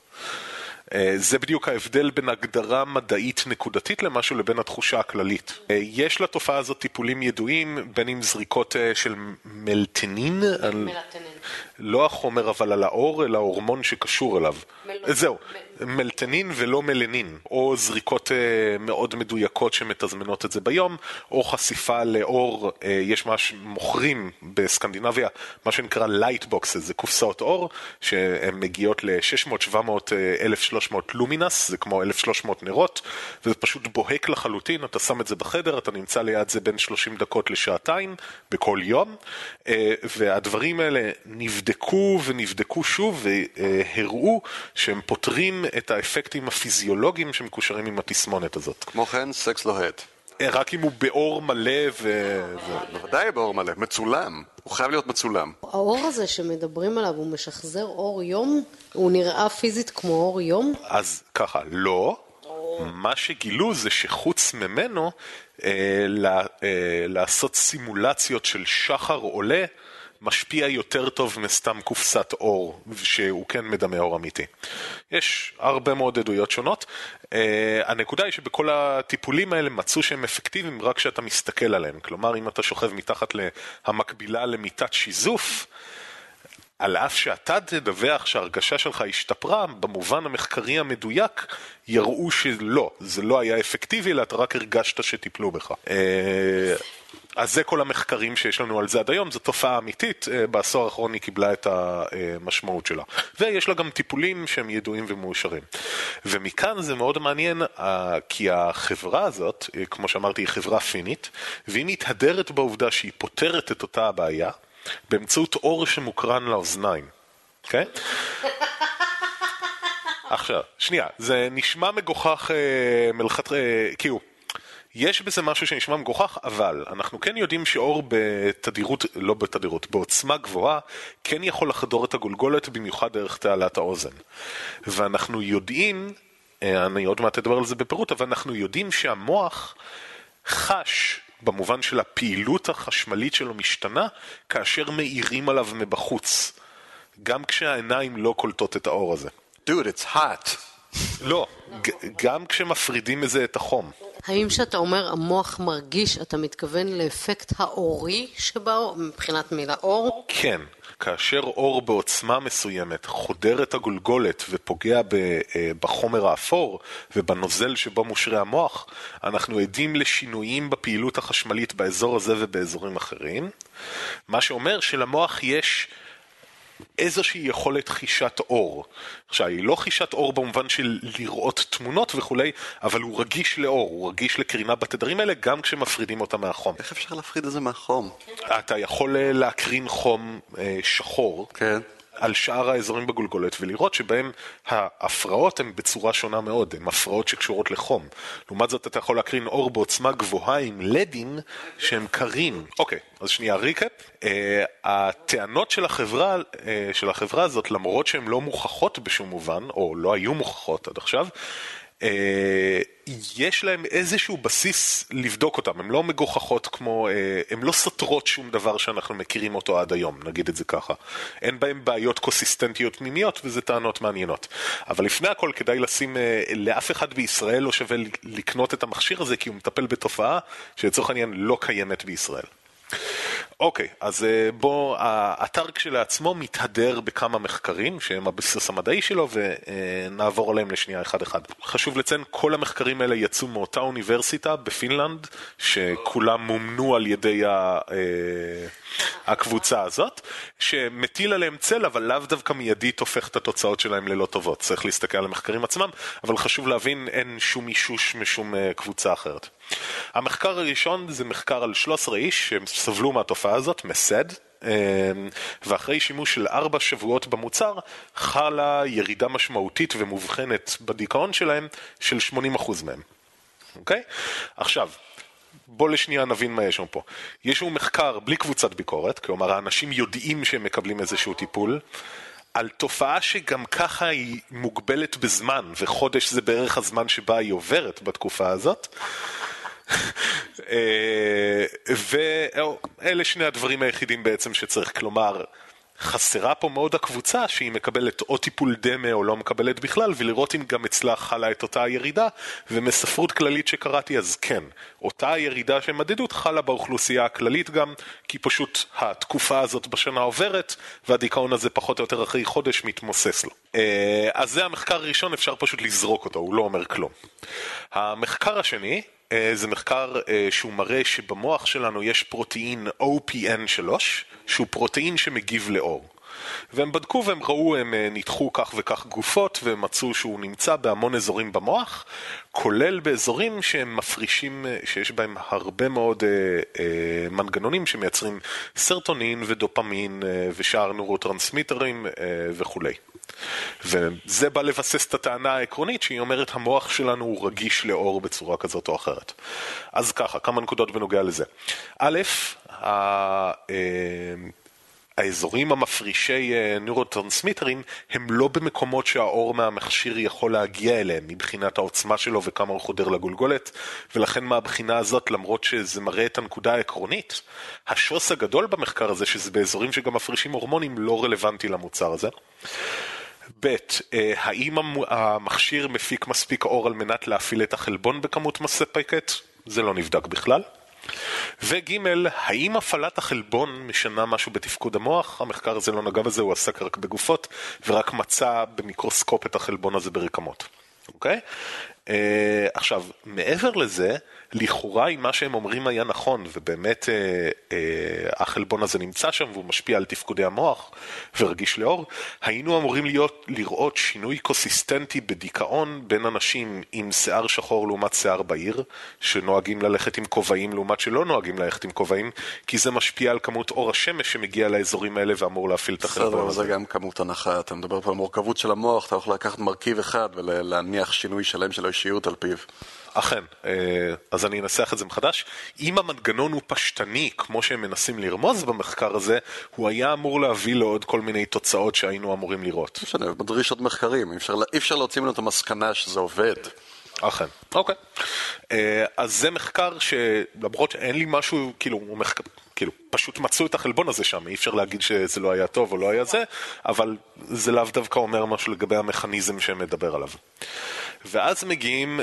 זה בדיוק ההבדל בין הגדרה מדעית נקודתית למשהו לבין התחושה הכללית. יש לתופעה הזאת טיפולים ידועים, בין אם זריקות של מלטנין, מלטנין. לא החומר אבל על האור, אלא ההורמון שקשור אליו. מל... זהו, מ... מלטנין ולא מלנין, או זריקות מאוד מדויקות שמתזמנות את זה ביום, או חשיפה לאור, יש מה שמוכרים בסקנדינביה, מה שנקרא light boxes, זה קופסאות אור, שהן מגיעות ל-שש מאות שבע מאות אלף ושלוש מאות לומינס, זה כמו אלף ושלוש מאות נרות, וזה פשוט בוהק לחלוטין, אתה שם את זה בחדר, אתה נמצא ליד זה בין שלושים דקות לשעתיים, בכל יום, והדברים האלה נבדקו ונבדקו שוב, והראו שהם פותרים את האפקטים הפיזיולוגיים שמקושרים עם התסמונת הזאת. כמו כן, סקס לוהט. רק אם הוא באור מלא ו... בוודאי באור מלא, מצולם. הוא חייב להיות מצולם. האור הזה שמדברים עליו, הוא משחזר אור יום? הוא נראה פיזית כמו אור יום? אז ככה, לא. מה שגילו זה שחוץ ממנו, אה, לה, אה, לעשות סימולציות של שחר עולה, משפיע יותר טוב מסתם קופסת אור, שהוא כן מדמה אור אמיתי. יש הרבה מאוד עדויות שונות. Uh, הנקודה היא שבכל הטיפולים האלה מצאו שהם אפקטיביים רק כשאתה מסתכל עליהם. כלומר, אם אתה שוכב מתחת להמקבילה למיטת שיזוף, על אף שאתה תדווח שההרגשה שלך השתפרה, במובן המחקרי המדויק, יראו שלא, זה לא היה אפקטיבי, אלא אתה רק הרגשת שטיפלו בך. Uh, אז זה כל המחקרים שיש לנו על זה עד היום, זו תופעה אמיתית, בעשור האחרון היא קיבלה את המשמעות שלה. ויש לה גם טיפולים שהם ידועים ומאושרים. ומכאן זה מאוד מעניין, כי החברה הזאת, כמו שאמרתי, היא חברה פינית, והיא מתהדרת בעובדה שהיא פותרת את אותה הבעיה, באמצעות אור שמוקרן לאוזניים. אוקיי? עכשיו, שנייה, זה נשמע מגוחך מלכת... כאילו, יש בזה משהו שנשמע מגוחך, אבל אנחנו כן יודעים שאור בתדירות, לא בתדירות, בעוצמה גבוהה, כן יכול לחדור את הגולגולת, במיוחד דרך תעלת האוזן. ואנחנו יודעים, אני עוד מעט אדבר על זה בפירוט, אבל אנחנו יודעים שהמוח חש, במובן של הפעילות החשמלית שלו משתנה, כאשר מאירים עליו מבחוץ. גם כשהעיניים לא קולטות את האור הזה. Dude, it's hot. לא, גם כשמפרידים מזה את החום. האם שאתה אומר המוח מרגיש, אתה מתכוון לאפקט האורי שבאור, מבחינת מילה אור? כן, כאשר אור בעוצמה מסוימת חודר את הגולגולת ופוגע בחומר האפור ובנוזל שבו מושרה המוח, אנחנו עדים לשינויים בפעילות החשמלית באזור הזה ובאזורים אחרים, מה שאומר שלמוח יש איזושהי יכולת חישת אור. עכשיו, היא לא חישת אור במובן של לראות תמונות וכולי, אבל הוא רגיש לאור, הוא רגיש לקרינה בתדרים האלה, גם כשמפרידים אותה מהחום. איך אפשר להפריד את זה מהחום? אתה יכול להקרין חום שחור. כן. על שאר האזורים בגולגולת, ולראות שבהם ההפרעות הן בצורה שונה מאוד, הן הפרעות שקשורות לחום. לעומת זאת, אתה יכול להקרין אור בעוצמה גבוהה עם לדים שהם קרים. אוקיי, אז שנייה ריקאפ. Uh, הטענות של החברה, uh, של החברה הזאת, למרות שהן לא מוכחות בשום מובן, או לא היו מוכחות עד עכשיו, Uh, יש להם איזשהו בסיס לבדוק אותם, הן לא מגוחכות כמו, uh, הן לא סותרות שום דבר שאנחנו מכירים אותו עד היום, נגיד את זה ככה. אין בהם בעיות קוסיסטנטיות פנימיות, וזה טענות מעניינות. אבל לפני הכל כדאי לשים, uh, לאף אחד בישראל לא שווה לקנות את המכשיר הזה, כי הוא מטפל בתופעה שלצורך העניין לא קיימת בישראל. אוקיי, אז בוא, האתר כשלעצמו מתהדר בכמה מחקרים שהם הבסיס המדעי שלו, ונעבור עליהם לשנייה אחד אחד. חשוב לציין, כל המחקרים האלה יצאו מאותה אוניברסיטה בפינלנד, שכולם מומנו על ידי הקבוצה הזאת, שמטיל עליהם צל, אבל לאו דווקא מיידית הופך את התוצאות שלהם ללא טובות. צריך להסתכל על המחקרים עצמם, אבל חשוב להבין, אין שום אישוש משום קבוצה אחרת. המחקר הראשון זה מחקר על שלושה עשר איש שהם סבלו מהתופעה הזאת, מסד, ואחרי שימוש של ארבע שבועות במוצר, חלה ירידה משמעותית ומובחנת בדיכאון שלהם של שמונים אחוז מהם. אוקיי? עכשיו, בוא לשנייה נבין מה יש לנו פה. יש לנו מחקר בלי קבוצת ביקורת, כלומר האנשים יודעים שהם מקבלים איזשהו טיפול, על תופעה שגם ככה היא מוגבלת בזמן, וחודש זה בערך הזמן שבה היא עוברת בתקופה הזאת. ואלה שני הדברים היחידים בעצם שצריך, כלומר, חסרה פה מאוד הקבוצה שהיא מקבלת או טיפול דמה או לא מקבלת בכלל, ולראות אם גם אצלה חלה את אותה הירידה, ומספרות כללית שקראתי אז כן, אותה הירידה שמדדות חלה באוכלוסייה הכללית גם, כי פשוט התקופה הזאת בשנה עוברת, והדיכאון הזה פחות או יותר אחרי חודש מתמוסס לו. אז זה המחקר הראשון, אפשר פשוט לזרוק אותו, הוא לא אומר כלום. המחקר השני, זה מחקר שהוא מראה שבמוח שלנו יש פרוטאין או פי אן שלוש, שהוא פרוטאין שמגיב לאור. והם בדקו והם ראו, הם ניתחו כך וכך גופות, והם מצאו שהוא נמצא בהמון אזורים במוח, כולל באזורים שהם מפרישים, שיש בהם הרבה מאוד אה, אה, מנגנונים שמייצרים סרטונין ודופמין אה, ושאר נורוטרנסמיטרים אה, וכו'. וזה בא לבסס את הטענה העקרונית שהיא אומרת המוח שלנו הוא רגיש לאור בצורה כזאת או אחרת. אז ככה, כמה נקודות בנוגע לזה. א', ה... אה, האזורים המפרישי נורוטרנסמיטרים הם לא במקומות שהאור מהמכשיר יכול להגיע אליהם מבחינת העוצמה שלו וכמה הוא חודר לגולגולת, ולכן מהבחינה הזאת, למרות שזה מראה את הנקודה העקרונית, השוס הגדול במחקר הזה שזה באזורים שגם מפרישים הורמונים לא רלוונטי למוצר הזה. ב', האם המכשיר מפיק מספיק אור על מנת להפעיל את החלבון בכמות מספקת? זה לא נבדק בכלל. וג', האם הפעלת החלבון משנה משהו בתפקוד המוח? המחקר הזה לא נגע בזה, הוא עסק רק בגופות, ורק מצא במיקרוסקופ את החלבון הזה ברקמות. אוקיי? Uh, עכשיו, מעבר לזה, לכאורה אם מה שהם אומרים היה נכון, ובאמת uh, uh, החלבון הזה נמצא שם, והוא משפיע על תפקודי המוח, ורגיש לאור, היינו אמורים להיות, לראות שינוי קוסיסטנטי בדיכאון, בין אנשים עם שיער שחור לעומת שיער בהיר, שנוהגים ללכת עם כובעים לעומת שלא נוהגים ללכת עם כובעים, כי זה משפיע על כמות אור השמש שמגיע לאזורים האלה, ואמור להפעיל את החלבון הזה. זה גם כמות הנחה, אתה מדבר פה על מורכבות של המוח, אתה יכול לקחת מרכיב אחד ולהניח שינוי שלם של האישיות על פיו. אכן, אז אני אנסח את זה מחדש. אם המנגנון הוא פשטני, כמו שהם מנסים לרמוז במחקר הזה, הוא היה אמור להביא לעוד כל מיני תוצאות שהיינו אמורים לראות. משנה, מדריש עוד מחקרים, אי אפשר, אי אפשר להוציא ממנו את המסקנה שזה עובד. אכן, אוקיי. אז זה מחקר שלמרות שאין לי משהו, כאילו, הוא מחקר, כאילו, פשוט מצאו את החלבון הזה שם, אי אפשר להגיד שזה לא היה טוב או לא היה זה, אבל זה לאו דווקא אומר משהו לגבי המכניזם שמדבר עליו. ואז מגיעים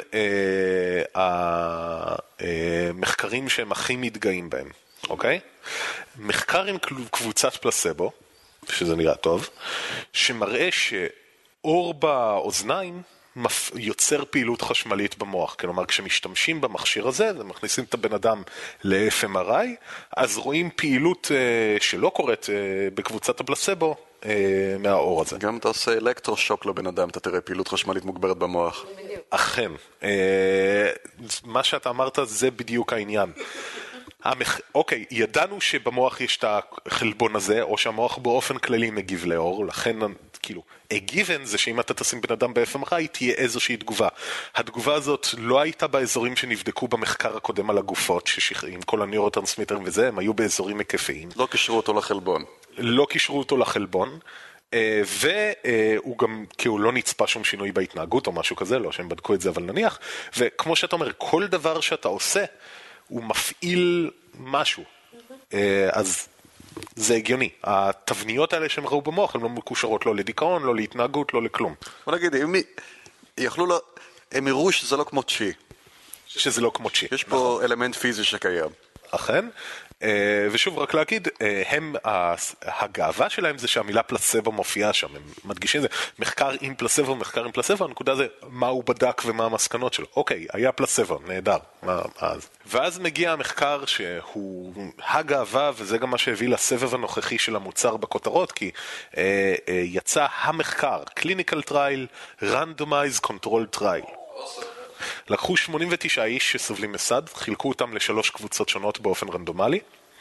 המחקרים אה, אה, שהם הכי מתגאים בהם, אוקיי? מחקר עם קבוצת פלסבו, שזה נראה טוב, שמראה שאור באוזניים יוצר פעילות חשמלית במוח, כלומר כשמשתמשים במכשיר הזה ומכניסים את הבן אדם ל-אף אם אר איי, אז רואים פעילות אה, שלא קורית אה, בקבוצת הפלסבו אה, מהאור הזה. גם אתה עושה אלקטרושוק לבן אדם, אתה תראה פעילות חשמלית מוגברת במוח. אכן, אה, מה שאתה אמרת זה בדיוק העניין. המח... אוקיי, ידענו שבמוח יש את החלבון הזה, או שהמוח באופן כללי מגיב לאור, לכן כאילו, הגיוון זה שאם אתה תשים בן אדם ב-אף אם אר איי, תהיה איזושהי תגובה. התגובה הזאת לא הייתה באזורים שנבדקו במחקר הקודם על הגופות, ששכ... עם כל הנוירוטרנסמיטרים וזה, הם היו באזורים היקפיים. לא קישרו אותו לחלבון. לא קישרו אותו לחלבון, והוא גם, כי הוא לא נצפה שום שינוי בהתנהגות או משהו כזה, לא שהם בדקו את זה, אבל נניח, וכמו שאתה אומר, כל דבר שאתה עושה, הוא מפעיל משהו. אז זה הגיוני. התבניות האלה שהם ראו במוח, הן לא מקושרות לא לדיכאון, לא להתנהגות, לא לכלום. בוא נגיד, הם יכלו לו, הם יראו שזה לא כמו צ'י. שזה לא כמו צ'י. יש פה אלמנט פיזי שקיים. אכן. ושוב רק להגיד, הם, הגאווה שלהם זה שהמילה פלסבו מופיעה שם, הם מדגישים זה, מחקר עם פלסבו, מחקר עם פלסבו, הנקודה זה מה הוא בדק ומה המסקנות שלו. אוקיי, היה פלסבו, נהדר. מה, אז. ואז מגיע המחקר שהוא הגאווה, וזה גם מה שהביא לסבב הנוכחי של המוצר בכותרות, כי אה, אה, יצא המחקר, Clinical Trial, Randomized Control Trial. לקחו שמונים ותשעה איש שסובלים מסד, חילקו אותם לשלוש קבוצות שונות באופן רנדומלי,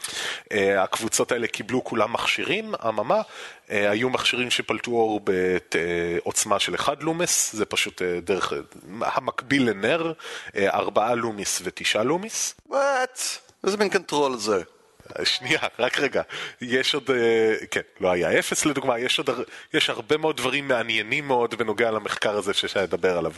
הקבוצות האלה קיבלו כולם מכשירים, אממה, היו מכשירים שפלטו אור בעוצמה של אחד לומס, זה פשוט דרך המקביל לנר, ארבעה לומיס ותשעה לומיס. וואט? איזה בין קנטרול זה? שנייה, רק רגע, יש עוד, כן, לא היה אפס לדוגמה, יש עוד, יש הרבה מאוד דברים מעניינים מאוד בנוגע למחקר הזה ששי ידבר עליו.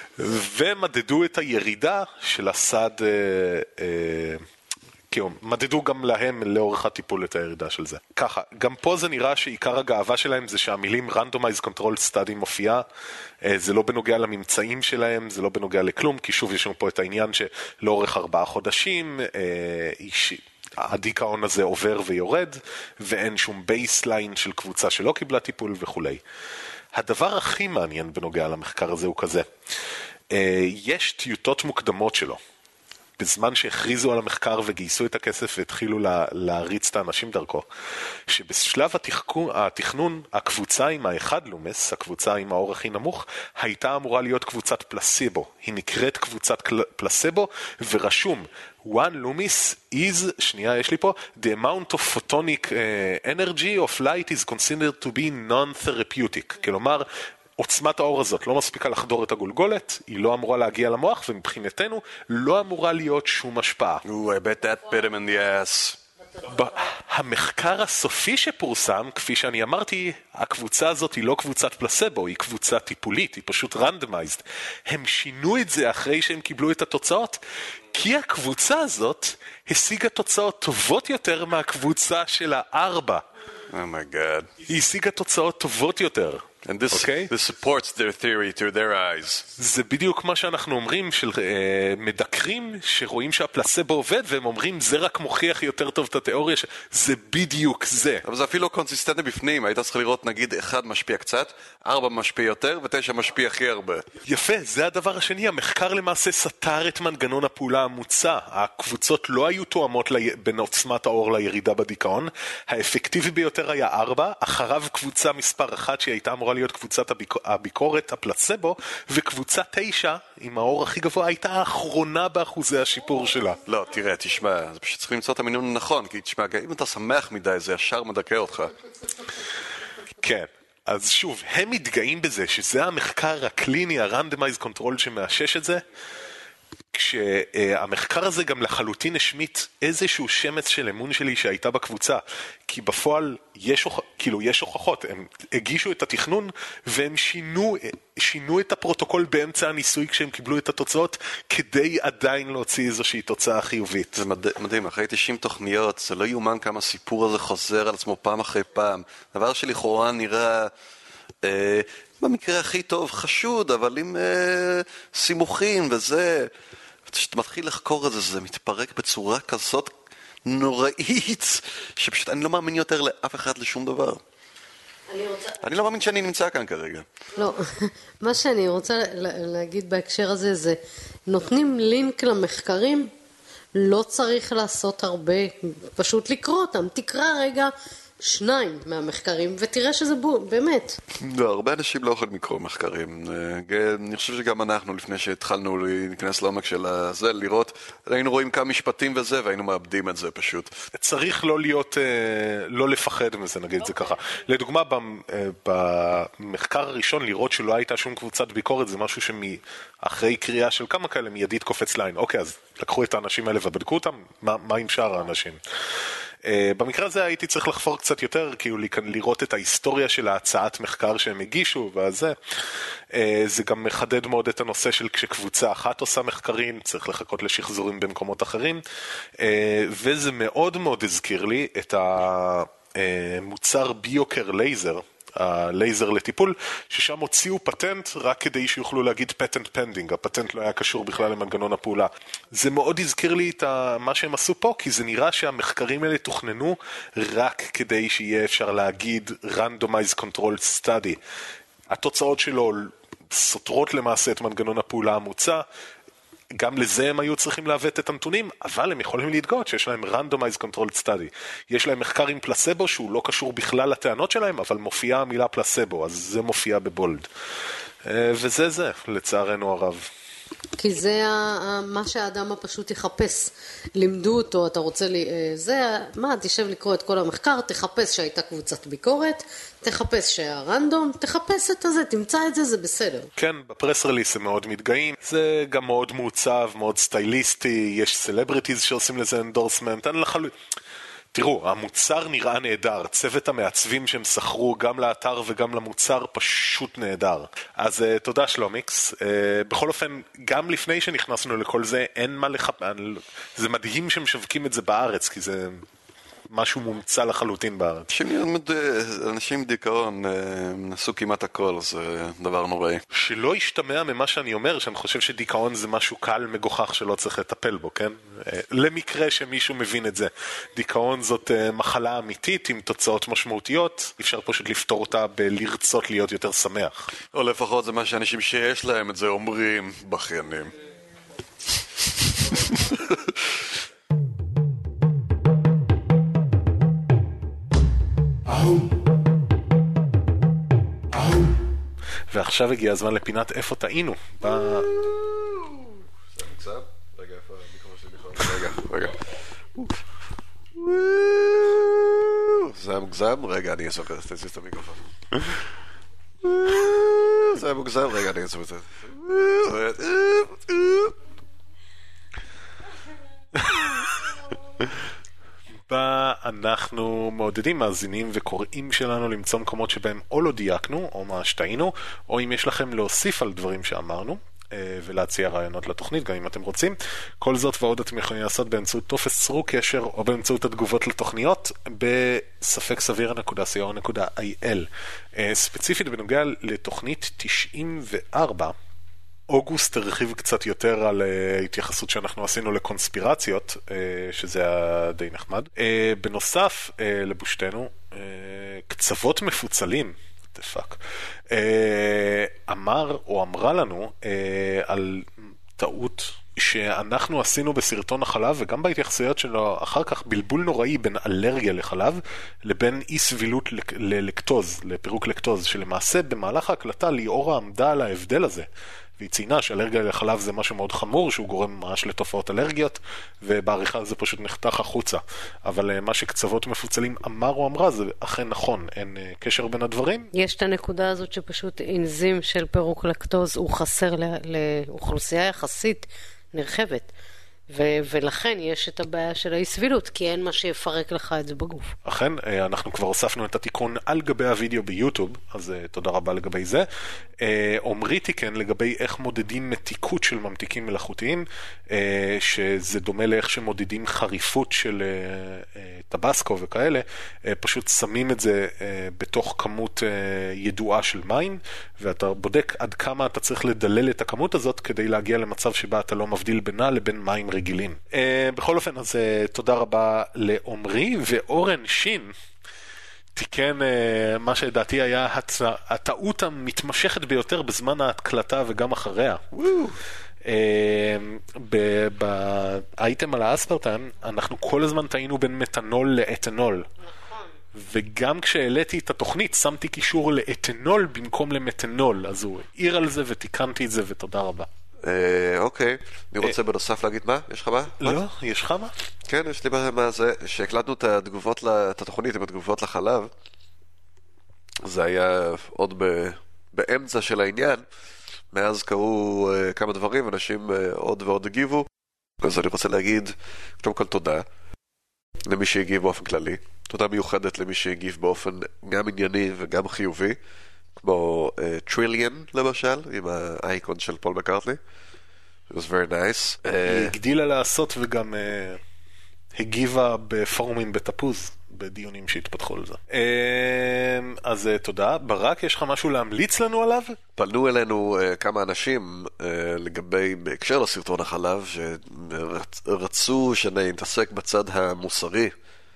ומדדו את הירידה של הסד, אה, אה, כאילו, מדדו גם להם לאורך הטיפול את הירידה של זה. ככה, גם פה זה נראה שעיקר הגאווה שלהם זה שהמילים Randomized Control Study מופיעה, זה לא בנוגע לממצאים שלהם, זה לא בנוגע לכלום, כי שוב יש לנו פה את העניין שלאורך ארבעה חודשים, אישי, הדיכאון הזה עובר ויורד, ואין שום בייסליין של קבוצה שלא קיבלה טיפול וכו'. הדבר הכי מעניין בנוגע למחקר הזה הוא כזה, יש טיוטות מוקדמות שלו, בזמן שהכריזו על המחקר וגייסו את הכסף והתחילו לה, להריץ את האנשים דרכו, שבשלב התחכון, התכנון, הקבוצה עם האחד לומס, הקבוצה עם האור הכי נמוך, הייתה אמורה להיות קבוצת פלסיבו. היא נקראת קבוצת פלסיבו, ורשום, one loomis is, שנייה יש לי פה, the amount of photonic uh, energy of light is considered to be non-therapeutic. כלומר, עוצמת האור הזאת לא מספיקה לחדור את הגולגולת, היא לא אמורה להגיע למוח, ומבחינתנו לא אמורה להיות שום השפעה. Ooh, I bet that bit him in the ass. המחקר הסופי שפורסם, כפי שאני אמרתי, הקבוצה הזאת היא לא קבוצת פלסבו, היא קבוצה טיפולית, היא פשוט רנדמייזד. הם שינו את זה אחרי שהם קיבלו את התוצאות, כי הקבוצה הזאת השיגה תוצאות טובות יותר מהקבוצה של הארבע. Oh my God. היא השיגה תוצאות טובות יותר. And this, okay? this supports their theory to their eyes. זה בדיוק מה שאנחנו אומרים של uh, מדקרים שרואים שהפלסבו עובד והם אומרים זה רק מוכיח יותר טוב את התיאוריה ש... זה בדיוק זה. אבל זה אפילו קונסיסטנטי בפנים, היית צריך לראות נגיד אחד משפיע קצת, ארבע משפיע יותר ותשע משפיע הכי הרבה. יפה, זה הדבר השני, המחקר למעשה סתר את מנגנון הפעולה המוצע, הקבוצות לא היו תואמות לי... בין עוצמת האור לירידה בדיכאון, האפקטיבי ביותר היה ארבע, אחריו קבוצה מספר אחת שהייתה אמורה להיות קבוצת הביק... הביקורת, הפלסבו, וקבוצה תשע, עם האור הכי גבוה, הייתה האחרונה באחוזי השיפור שלה. לא, תראה, תשמע, זה פשוט צריך למצוא את המינון הנכון, כי תשמע, אם אתה שמח מדי, זה ישר מדכא אותך. כן, אז שוב, הם מתגאים בזה, שזה המחקר הקליני, הרנדמייז קונטרול שמאשש את זה, כשהמחקר הזה גם לחלוטין השמיט איזשהו שמץ של אמון שלי שהייתה בקבוצה, כי בפועל יש, כאילו יש הוכחות, הם הגישו את התכנון והם שינו, שינו את הפרוטוקול באמצע הניסוי כשהם קיבלו את התוצאות, כדי עדיין להוציא איזושהי תוצאה חיובית. זה מדהים, אחרי תשעים תוכניות, זה לא יאומן כמה הסיפור הזה חוזר על עצמו פעם אחרי פעם. דבר שלכאורה נראה... אה, במקרה הכי טוב חשוד, אבל עם אה, סימוכים וזה, כשאתה מתחיל לחקור את זה, זה מתפרק בצורה כזאת נוראית, שפשוט אני לא מאמין יותר לאף אחד לשום דבר. אני, רוצה... אני לא מאמין שאני נמצא כאן כרגע. לא, מה שאני רוצה להגיד בהקשר הזה זה, נותנים לינק למחקרים, לא צריך לעשות הרבה, פשוט לקרוא אותם, תקרא רגע, שניים מהמחקרים, ותראה שזה בו, באמת. לא, הרבה אנשים לא יכולים לקרוא מחקרים. אני חושב שגם אנחנו, לפני שהתחלנו להיכנס לעומק של זה, לראות, היינו רואים כמה משפטים וזה, והיינו מאבדים את זה פשוט. צריך לא להיות, לא לפחד מזה, נגיד זה ככה. לדוגמה, במחקר הראשון, לראות שלא הייתה שום קבוצת ביקורת, זה משהו שאחרי קריאה של כמה כאלה מיידית קופץ ליין. אוקיי, אז לקחו את האנשים האלה ובדקו אותם, מה, מה עם שאר האנשים? Uh, במקרה הזה הייתי צריך לחפור קצת יותר, כאילו לראות את ההיסטוריה של ההצעת מחקר שהם הגישו, וזה uh, זה גם מחדד מאוד את הנושא של כשקבוצה אחת עושה מחקרים, צריך לחכות לשחזורים במקומות אחרים, uh, וזה מאוד מאוד הזכיר לי את המוצר ביוקר לייזר, הלייזר לטיפול, ששם הוציאו פטנט רק כדי שיוכלו להגיד פטנט פנדינג, הפטנט לא היה קשור בכלל למנגנון הפעולה. זה מאוד הזכיר לי את מה שהם עשו פה, כי זה נראה שהמחקרים האלה תוכננו רק כדי שיהיה אפשר להגיד randomized control study. התוצאות שלו סותרות למעשה את מנגנון הפעולה המוצע, גם לזה הם היו צריכים להוות את הנתונים, אבל הם יכולים להתגאות שיש להם randomized controlled study. יש להם מחקר עם פלסבו שהוא לא קשור בכלל לטענות שלהם, אבל מופיעה המילה פלסבו, אז זה מופיע בבולד. וזה זה, לצערנו הרב. כי זה מה שהאדם הפשוט יחפש. לימדו אותו, אתה רוצה לי, זה, מה, תשב לקרוא את כל המחקר, תחפש שהייתה קבוצת ביקורת, תחפש שהיה רנדום, תחפש את הזה, תמצא את זה, זה בסדר. כן, בפרס רליס הם מאוד מתגאים, זה גם מאוד מעוצב, מאוד סטייליסטי, יש סלבריטיז שעושים לזה אנדורסמנט, אני לחלוטין. תראו, המוצר נראה נהדר, צוות המעצבים שהם שכרו גם לאתר וגם למוצר פשוט נהדר. אז uh, תודה שלומיקס. Uh, בכל אופן, גם לפני שנכנסנו לכל זה, אין מה לחפש, זה מדהים שמשווקים את זה בארץ, כי זה משהו מומצא לחלוטין בארץ. אנשים דיכאון נסו כמעט הכל, זה דבר נוראי. שלא ישתמע ממה שאני אומר, שאני חושב שדיכאון זה משהו קל מגוחך שלא צריך לטפל בו, כן? למקרה שמישהו מבין את זה. דיכאון זאת מחלה אמיתית עם תוצאות משמעותיות, אפשר פשוט לפתור אותה בלרצות להיות יותר שמח. או לפחות זה מה שאנשים שיש להם את זה אומרים בחיינים. ועכשיו הגיע הזמן לפינת איפה טעינו. זה מוגזם? רגע, איפה המיקרופון שלי בכלל? רגע, רגע. זה מוגזם? רגע, אני אעשה כזה, תזיז את המיקרופון. זה מוגזם? רגע, אני אעשה את זה. בה אנחנו מעודדים מאזינים וקוראים שלנו למצוא מקומות שבהם או לא דייקנו או מה שטעינו, או אם יש לכם להוסיף על דברים שאמרנו ולהציע רעיונות לתוכנית גם אם אתם רוצים. כל זאת ועוד אתם יכולים לעשות באמצעות טופס צרו קשר או באמצעות התגובות לתוכניות בספק סביר נקודה סי או נקודה איי אל. ספציפית בנוגע לתוכנית תשעים וארבע, אוגוסט הרחיב קצת יותר על uh, התייחסות שאנחנו עשינו לקונספירציות, uh, שזה היה די נחמד. Uh, בנוסף, uh, לבושתנו, uh, קצוות מפוצלים, the fuck, uh, אמר או אמרה לנו uh, על טעות שאנחנו עשינו בסרטון החלב, וגם בהתייחסויות שלו אחר כך בלבול נוראי בין אלרגיה לחלב לבין אי סבילות ללקטוז, לפירוק לקטוז, שלמעשה במהלך ההקלטה ליאורה עמדה על ההבדל הזה. והיא ציינה שאלרגיה לחלב זה משהו מאוד חמור, שהוא גורם ממש לתופעות אלרגיות, ובעריכה זה פשוט נחתך החוצה. אבל מה שקצוות מפוצלים אמר או אמרה, זה אכן נכון, אין קשר בין הדברים. יש את הנקודה הזאת שפשוט אנזים של פירוק לקטוז הוא חסר לאוכלוסייה יחסית נרחבת. ו- ולכן יש את הבעיה של האי סבילות, כי אין מה שיפרק לך את זה בגוף. אכן, אנחנו כבר הוספנו את התיקון על גבי הוידאו ביוטיוב, אז תודה רבה לגבי זה. אומרי תיקן לגבי איך מודדים מתיקות של ממתיקים מלאכותיים, שזה דומה לאיך שמודדים חריפות של טבסקו וכאלה, פשוט שמים את זה בתוך כמות ידועה של מים, ואתה בודק עד כמה אתה צריך לדלל את הכמות הזאת, כדי להגיע למצב שבה אתה לא מבדיל בינה לבין מים רגילים. Uh, בכל אופן, אז uh, תודה רבה לעומרי, ואורן שין תיקן uh, מה שדעתי היה הצ... הטעות המתמשכת ביותר בזמן ההקלטה וגם אחריה. Uh, באייטם על האספרטן, אנחנו כל הזמן טעינו בין מתנול לאתנול. וגם כשהעליתי את התוכנית, שמתי קישור לאתנול במקום למתנול, אז הוא העיר על זה ותיקנתי את זה, ותודה רבה. אוקיי, אני רוצה בנוסף להגיד מה? יש לך מה? לא, יש לך מה? כן, יש לי מה זה, שהקלטנו את התגובות, את התוכנית עם התגובות לחלב, זה היה עוד באמצע של העניין, מאז קרו כמה דברים, אנשים עוד ועוד הגיבו, אז אני רוצה להגיד, קודם כל תודה למי שהגיב באופן כללי, תודה מיוחדת למי שהגיב באופן גם ענייני וגם חיובי, כמו טריליאן למשל, עם האייקון של פול מקארטני. It was very nice. היא הגדילה לעשות וגם הגיבה בפורומים בתפוז, בדיונים שהתפתחו על זה. אז תודה. ברק, יש לך משהו להמליץ לנו עליו? פנו אלינו כמה אנשים לגבי, בהקשר לסרטון החלב, שרצו שנתעסק בצד המוסרי.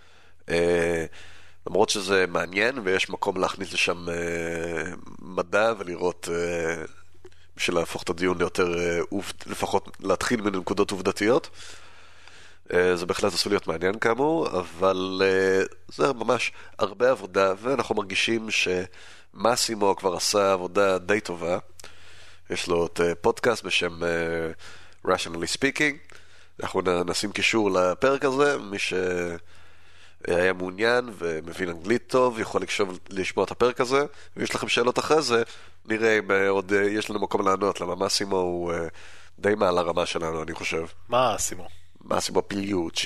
למרות שזה מעניין ויש מקום להכניס לשם אה, מדע ולראות אה, בשביל להפוך את הדיון ליותר אה, עובד, לפחות להתחיל מנקודות עובדתיות. אה, זה בהחלט עשוי להיות מעניין כאמור, אבל אה, זה ממש הרבה עבודה, ואנחנו מרגישים שמאסימו כבר עשה עבודה די טובה. יש לו את פודקאסט בשם uh, Rationally Speaking. אנחנו נשים קישור לפרק הזה, מי שהיה מעוניין ומבין אנגלית טוב יכול לקשוב לשמוע את הפרק הזה, ויש לכם שאלות אחרי זה, נראה אם עוד יש לנו מקום לענות, למה מאסימו הוא די מעל הרמה שלנו, אני חושב. מאסימו? מאסימו פיליוצ'י.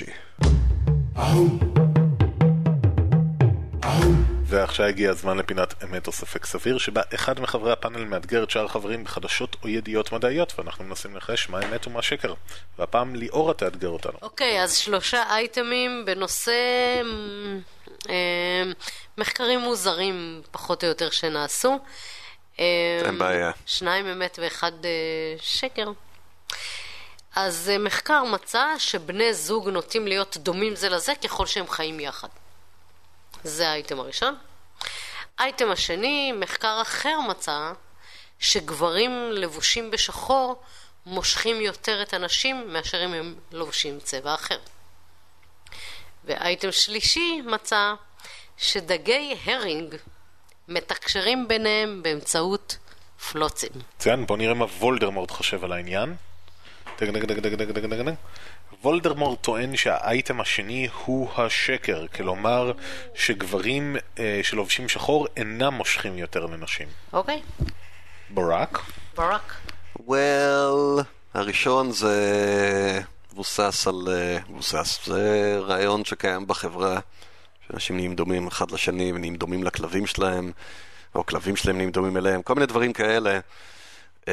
ועכשיו הגיע הזמן לפינת אמת או ספק סביר, שבה אחד מחברי הפאנל מאתגר את שאר החברים בחדשות או ידיעות מדעיות, ואנחנו מנסים לחש מה אמת ומה שקר. והפעם ליאורה תאתגר אותנו. אוקיי, אז שלושה אייטמים בנושא אה, מחקרים מוזרים פחות או יותר שנעשו. אה, אין בעיה. שניים אמת ואחד אה, שקר. אז אה, מחקר מצא שבני זוג נוטים להיות דומים זה לזה ככל שהם חיים יחד. זה האייטם הראשון. האייטם השני, מחקר אחר מצא שגברים לבושים בשחור מושכים יותר את הנשים מאשר אם הם לובשים צבע אחר. והאייטם שלישי מצא שדגי הרינג מתקשרים ביניהם באמצעות פלוצים. ציין, בוא נראה מה וולדרמורט חושב על העניין. דג דג דג דג דג דג דג דג. וולדרמורט טוען שהאייטם השני הוא השקר, כלומר שגברים אה, שלובשים שחור אינם מושכים יותר לנשים. אוקיי. ברק? ברק. well, הראשון זה מבוסס על מבוסס, זה רעיון שקיים בחברה, שאנשים נהיים דומים אחד לשני ונהיים דומים לכלבים שלהם, או כלבים שלהם נהיים דומים אליהם, כל מיני דברים כאלה. uh,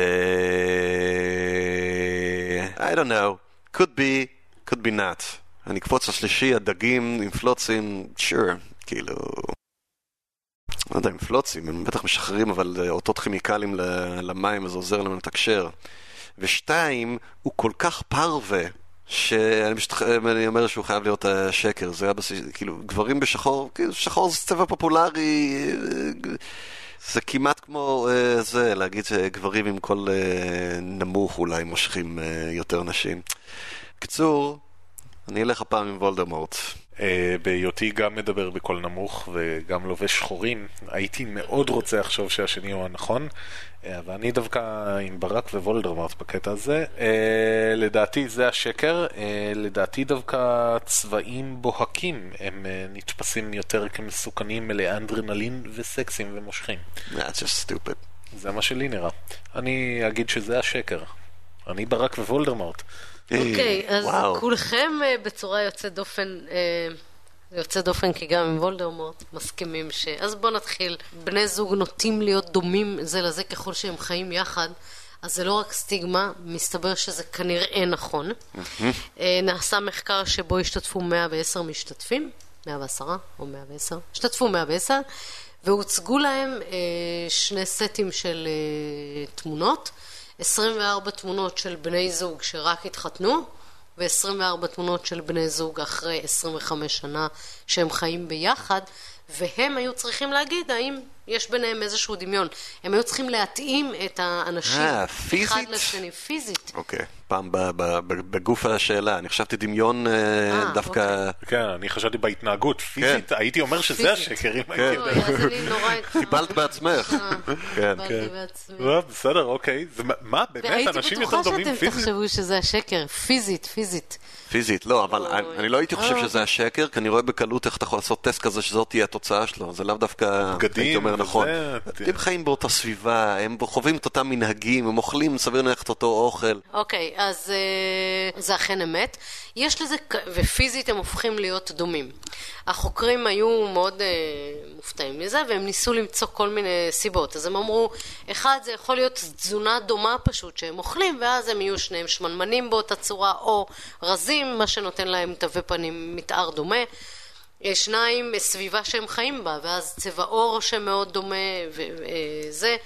I don't know, could be, could be not. אני קפוץ השלישי, הדגים עם פלוצים, sure, כאילו לא יודע, עם פלוצים, הם בטח משחררים אבל אותות כימיקלים למים, אז עוזר להם לתקשר. ושתיים, הוא כל כך פרווה שאני משתח... אומר שהוא חייב להיות שקר. זה היה בסיס, כאילו, גברים בשחור, כאילו, שחור זה צבע פופולרי, זה כמעט כמו זה, להגיד שגברים עם קול נמוך אולי מושכים יותר נשים. קצור, אני אלך הפעם עם וולדמורט. בהיותי גם מדבר בקול נמוך וגם לובש שחורים, הייתי מאוד רוצה לחשוב שהשני הוא הנכון, ואני דווקא עם ברק ווולדמורט בקטע הזה. לדעתי זה השקר. לדעתי דווקא צבעים בוהקים הם נתפסים יותר כמסוכנים, מלא אנדרנלין וסקסים ומושכים. That's just stupid. זה מה שלי נראה. אני אגיד שזה השקר. אני ברק ווולדמורט. אוקיי, אז כולכם בצורה יוצאת דופן, יוצאת דופן כי גם עם וולדמורט מסכימים ש... אז בואו נתחיל. בני זוג נוטים להיות דומים זה לזה ככל שהם חיים יחד, אז זה לא רק סטיגמה, מסתבר שזה כנראה נכון. נעשה מחקר שבו השתתפו מאה ועשר משתתפים, מאה ועשר או מאה ועשר, השתתפו מאה ועשר, והוצגו להם שני סטים של תמונות, עשרים וארבע תמונות של בני זוג שרק התחתנו, ו-עשרים וארבע תמונות של בני זוג אחרי עשרים וחמש שנה שהם חיים ביחד, והם היו צריכים להגיד האם יש ביניהם איזשהו דמיון. הם היו צריכים להתאים את האנשים אה, אחד לשני, פיזית. אוקיי, פעם בגוף השאלה, אני חשבתי דמיון דווקא... כן, אני חשבתי בהתנהגות, פיזית, הייתי אומר שזה השקר, אם הייתי יודע. אז אני נורא... חיבלת בעצמך. חיבלתי בעצמי. בסדר, אוקיי. מה, באמת, אנשים יותר דומים פיזית? והייתי בטוחה שאתם תחשבו שזה השקר, פיזית, פיזית. פיזית, לא, אבל אני לא הייתי חושב שזה השקר, כי אני רואה בקלות איך אתה יכול לעשות טסט כזה שזאת תהיה התוצאה שלו, זה לאו דווקא, הייתי אומר נכון. הם חיים באותה סביבה, הם חווים את אותם מנהגים, הם אוכלים, סביר נלך את אותו אוכל. אוקיי, אז זה אכן אמת. יש לזה, ופיזית הם הופכים להיות דומים. החוקרים היו מאוד מופתעים מזה, והם ניסו למצוא כל מיני סיבות. אז הם אמרו, אחד, זה יכול להיות תזונה דומה פשוט שהם אוכלים, ואז הם יהיו שניהם שמנמנים באותה צורה, או רזים, מה שנותן להם תווי פנים מתאר דומה. שניים, סביבה שהם חיים בה, ואז צבע אור שמאוד דומה, וזה.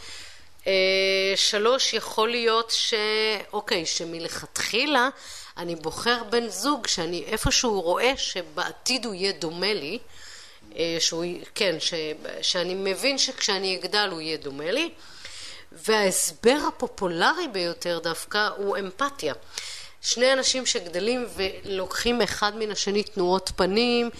שלוש, יכול להיות ש... אוקיי, שמלכתחילה אני בוחר בן זוג שאני איפשהו רואה שבעתיד הוא יהיה דומה לי, שהוא, כן, ש... שאני מבין שכשאני אגדל הוא יהיה דומה לי, וההסבר הפופולרי ביותר דווקא הוא אמפתיה. שני אנשים שגדלים ולוקחים אחד מן השני תנועות פנים,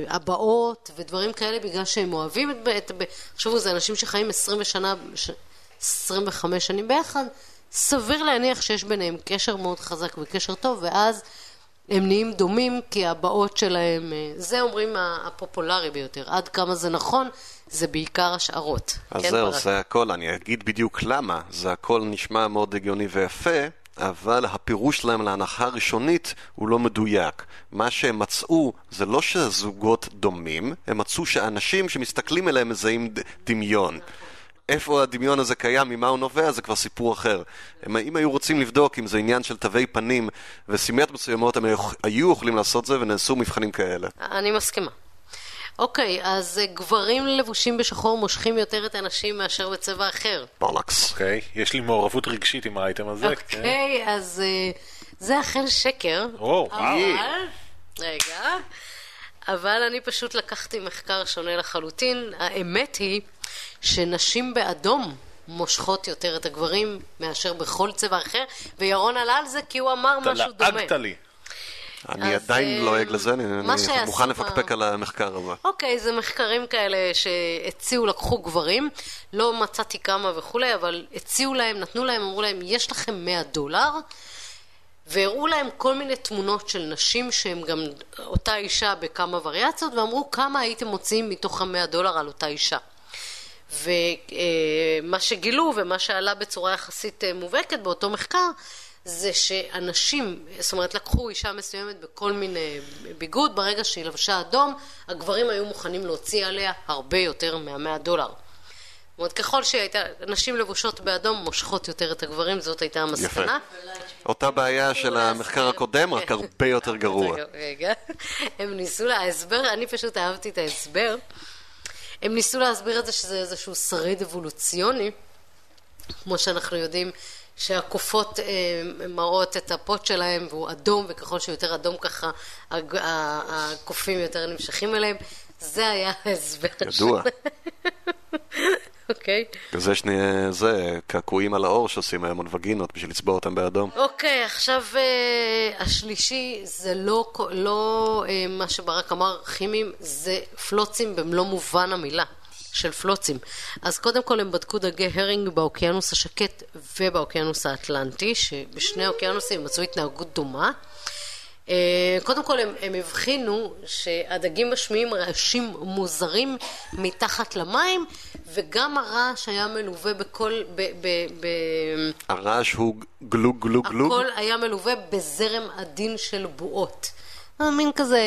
הבאות ודברים כאלה בגלל שהם אוהבים את... חשבו, זה אנשים שחיים עשרים שנה, עשרים וחמש שנים ביחד, סביר להניח שיש ביניהם קשר מאוד חזק וקשר טוב, ואז הם נהיים דומים כי הבאות שלהם, זה אומרים הפופולרי ביותר. עד כמה זה נכון, זה בעיקר השערות. אז כן, זהו, ברק? זה הכל, אני אגיד בדיוק למה. זה הכל נשמע מאוד הגיוני ויפה, אבל הפירוש שלהם להנחה הראשונית הוא לא מדויק. מה שהם מצאו זה לא שהזוגות דומים, הם מצאו שאנשים שמסתכלים אליהם מזהים ד- דמיון. איפה הדמיון הזה קיים, ממה הוא נובע, זה כבר סיפור אחר. הם, אם היו רוצים לבדוק אם זה עניין של תווי פנים וסימיות מסוימות, הם היו יכולים לעשות זה ונעשו מבחנים כאלה. אני מסכימה. אוקיי, אז גברים לבושים בשחור מושכים יותר את הנשים מאשר בצבע אחר. בולקס. אוקיי, יש לי מעורבות רגשית עם האייטם הזה. כן. אוקיי, אז אה, זה אכן שקר. או, וואו. אבל, רגע, אבל אני פשוט לקחתי מחקר שונה לחלוטין. האמת היא שנשים באדום מושכות יותר את הגברים מאשר בכל צבע אחר, וירון עלה על זה כי הוא אמר משהו דומה. לעגת לי. אני אז, עדיין אה, לועג לזה, אני, מה אני שעשו מוכן ב- לפקפק על המחקר הזה. אוקיי, זה מחקרים כאלה שהציעו, לקחו גברים, לא מצאתי כמה וכולי, אבל הציעו להם, נתנו להם, אמרו להם, יש לכם מאה דולר, והראו להם כל מיני תמונות של נשים שהן גם אותה אישה בכמה וריאציות, ואמרו כמה הייתם מוציאים מתוך המאה דולר על אותה אישה. ומה שגילו ומה שעלה בצורה יחסית מובהקת באותו מחקר, זה שאנשים, זאת אומרת, לקחו אישה מסוימת בכל מיני ביגוד, ברגע שהיא לבשה אדום, הגברים היו מוכנים להוציא עליה הרבה יותר מה-מאה דולר. זאת אומרת, ככל שהייתה, נשים לבושות באדום מושכות יותר את הגברים, זאת הייתה המסקנה. אותה בעיה של המחקר הקודם, רק הרבה יותר גרוע. רגע, הם ניסו לה, ההסבר, אני פשוט אהבתי את ההסבר, הם ניסו להסביר את זה שזה איזשהו שריד אבולוציוני, כמו שאנחנו יודעים, שהקופות אה, מראות את הפוט שלהם והוא אדום, וככל שיותר אדום ככה הג- ה- הקופים יותר נמשכים אליהם. זה היה ההסבר. ידוע. אוקיי. זה שני, זה, קעקועים על האור שעושים היום על וגינות בשביל לצבוע אותם באדום. אוקיי, עכשיו אה, השלישי זה לא, לא אה, מה שברק אמר כימיים, זה פלוצים במלוא מובן המילה. של פלוצים. אז קודם כל הם בדקו דגי הרינג באוקיינוס השקט ובאוקיינוס האטלנטי, שבשני האוקיינוסים מצאו התנהגות דומה. קודם כל הם, הם הבחינו שהדגים משמיעים רעשים מוזרים מתחת למים, וגם הרעש היה מלווה בכל... ב, ב, ב, הרעש הוא גלוג גלוג גלוג? הכל היה מלווה בזרם עדין של בועות. מין כזה...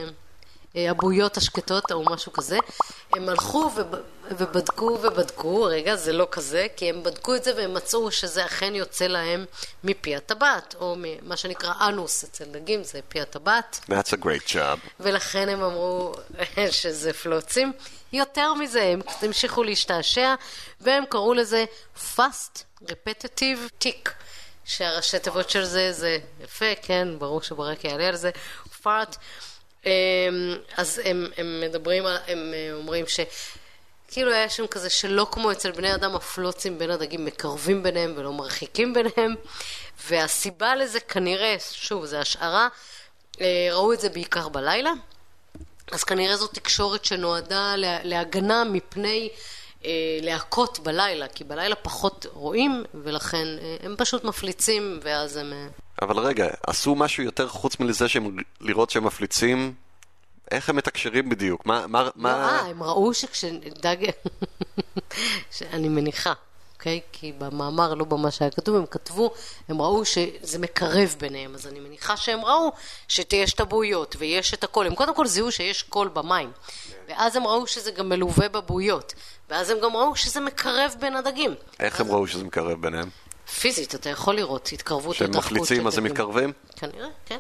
הבויות השקטות או משהו כזה. הם הלכו ובדקו ובדקו, רגע זה לא כזה, כי הם בדקו את זה והם מצאו שזה אכן יוצא להם מפי הטבעת, או מה שנקרא אנוס אצל דגים, זה פי הטבעת. That's a great job. ולכן הם אמרו שזה פלוצים. יותר מזה, הם המשיכו להשתעשע, והם קראו לזה fast repetitive tick, שהראשי תיבות של זה זה יפה, כן, ברור שברק יעלה על זה, fart. אז הם, הם מדברים, הם אומרים שכאילו היה שם כזה שלא כמו אצל בני אדם הפלוצים בין הדגים מקרבים ביניהם ולא מרחיקים ביניהם, והסיבה לזה כנראה, שוב זה השערה, ראו את זה בעיקר בלילה, אז כנראה זו תקשורת שנועדה להגנה מפני להכות בלילה, כי בלילה פחות רואים ולכן הם פשוט מפליצים ואז הם... אבל רגע, עשו משהו יותר חוץ מלזה שהם לראות שהם מפליצים? איך הם מתקשרים בדיוק? מה... מה, מה... אה, הם ראו שכשדג... שאני מניחה, אוקיי? כי במאמר לא ממש היה כתוב, הם כתבו, הם ראו שזה מקרב ביניהם, אז אני מניחה שהם ראו שיש את הבועיות ויש את הכל. הם קודם כל זיהו שיש קול במים, ואז הם ראו שזה גם מלווה בבועיות, ואז הם גם ראו שזה מקרב בין הדגים. איך הם ראו שזה מקרב ביניהם? פיזית, אתה יכול לראות התקרבות שהם מחליצים אז הם מתקרבים? כנראה, כן.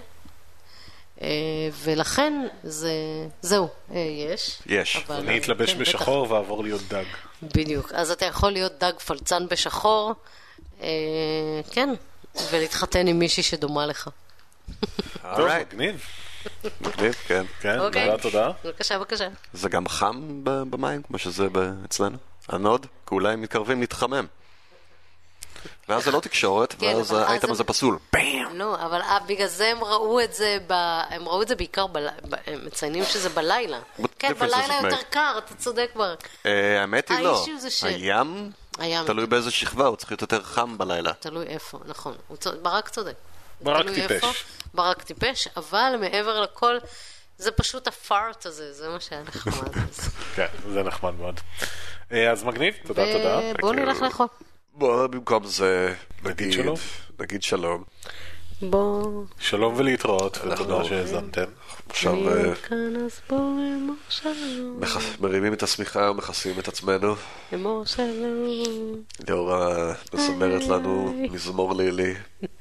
ולכן זה, זהו, יש. יש. אני אתלבש בשחור ועבור להיות דג. בדיוק, אז אתה יכול להיות דג פלצן בשחור, כן, ולהתחתן עם מישהי שדומה לך. טוב, מגניב. מגניב, כן. כן, תודה, תודה. בבקשה, בבקשה. זה גם חם במים, כמו שזה אצלנו? הנוד? כי אולי הם מתקרבים להתחמם. ואז זה לא תקשורת, ואז האייטם הזה פסול. באם! לא, אבל בגלל זה הם ראו את זה, הם ראו את זה בעיקר, הם מציינים שזה בלילה. כן, בלילה יותר קר, אתה צודק כבר. האמת היא לא. הים הים תלוי באיזה שכבה, הוא צריך להיות יותר חם בלילה. תלוי איפה, נכון. הוא צוד... ברק צודק. ברק תלוי טיפש. איפה. ברק טיפש, אבל מעבר לכל, זה פשוט הפארט הזה, זה מה שהיה נחמד. אז. כן, זה נחמד מאוד. אה, אז מגניב, תודה, תודה. בואו נלך לאכול. בוא, במקום זה, נגיד נגיד, שלום. נגיד שלום. בואו. שלום ולהתראות, ותודה אנחנו- שהאזנתם. עכשיו אה, אני כאן אז בואו אמור שלום. מח- מרימים את השמיכה ומכסים את עצמנו. אמור שלום. ליאורה מסמרת לנו מזמור לילי.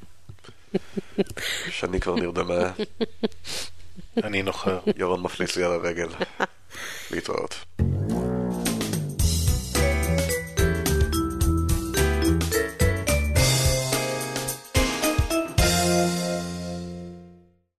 שאני כבר נרדמה. אני נוחר. יורון מפליץ לי על הרגל. להתראות.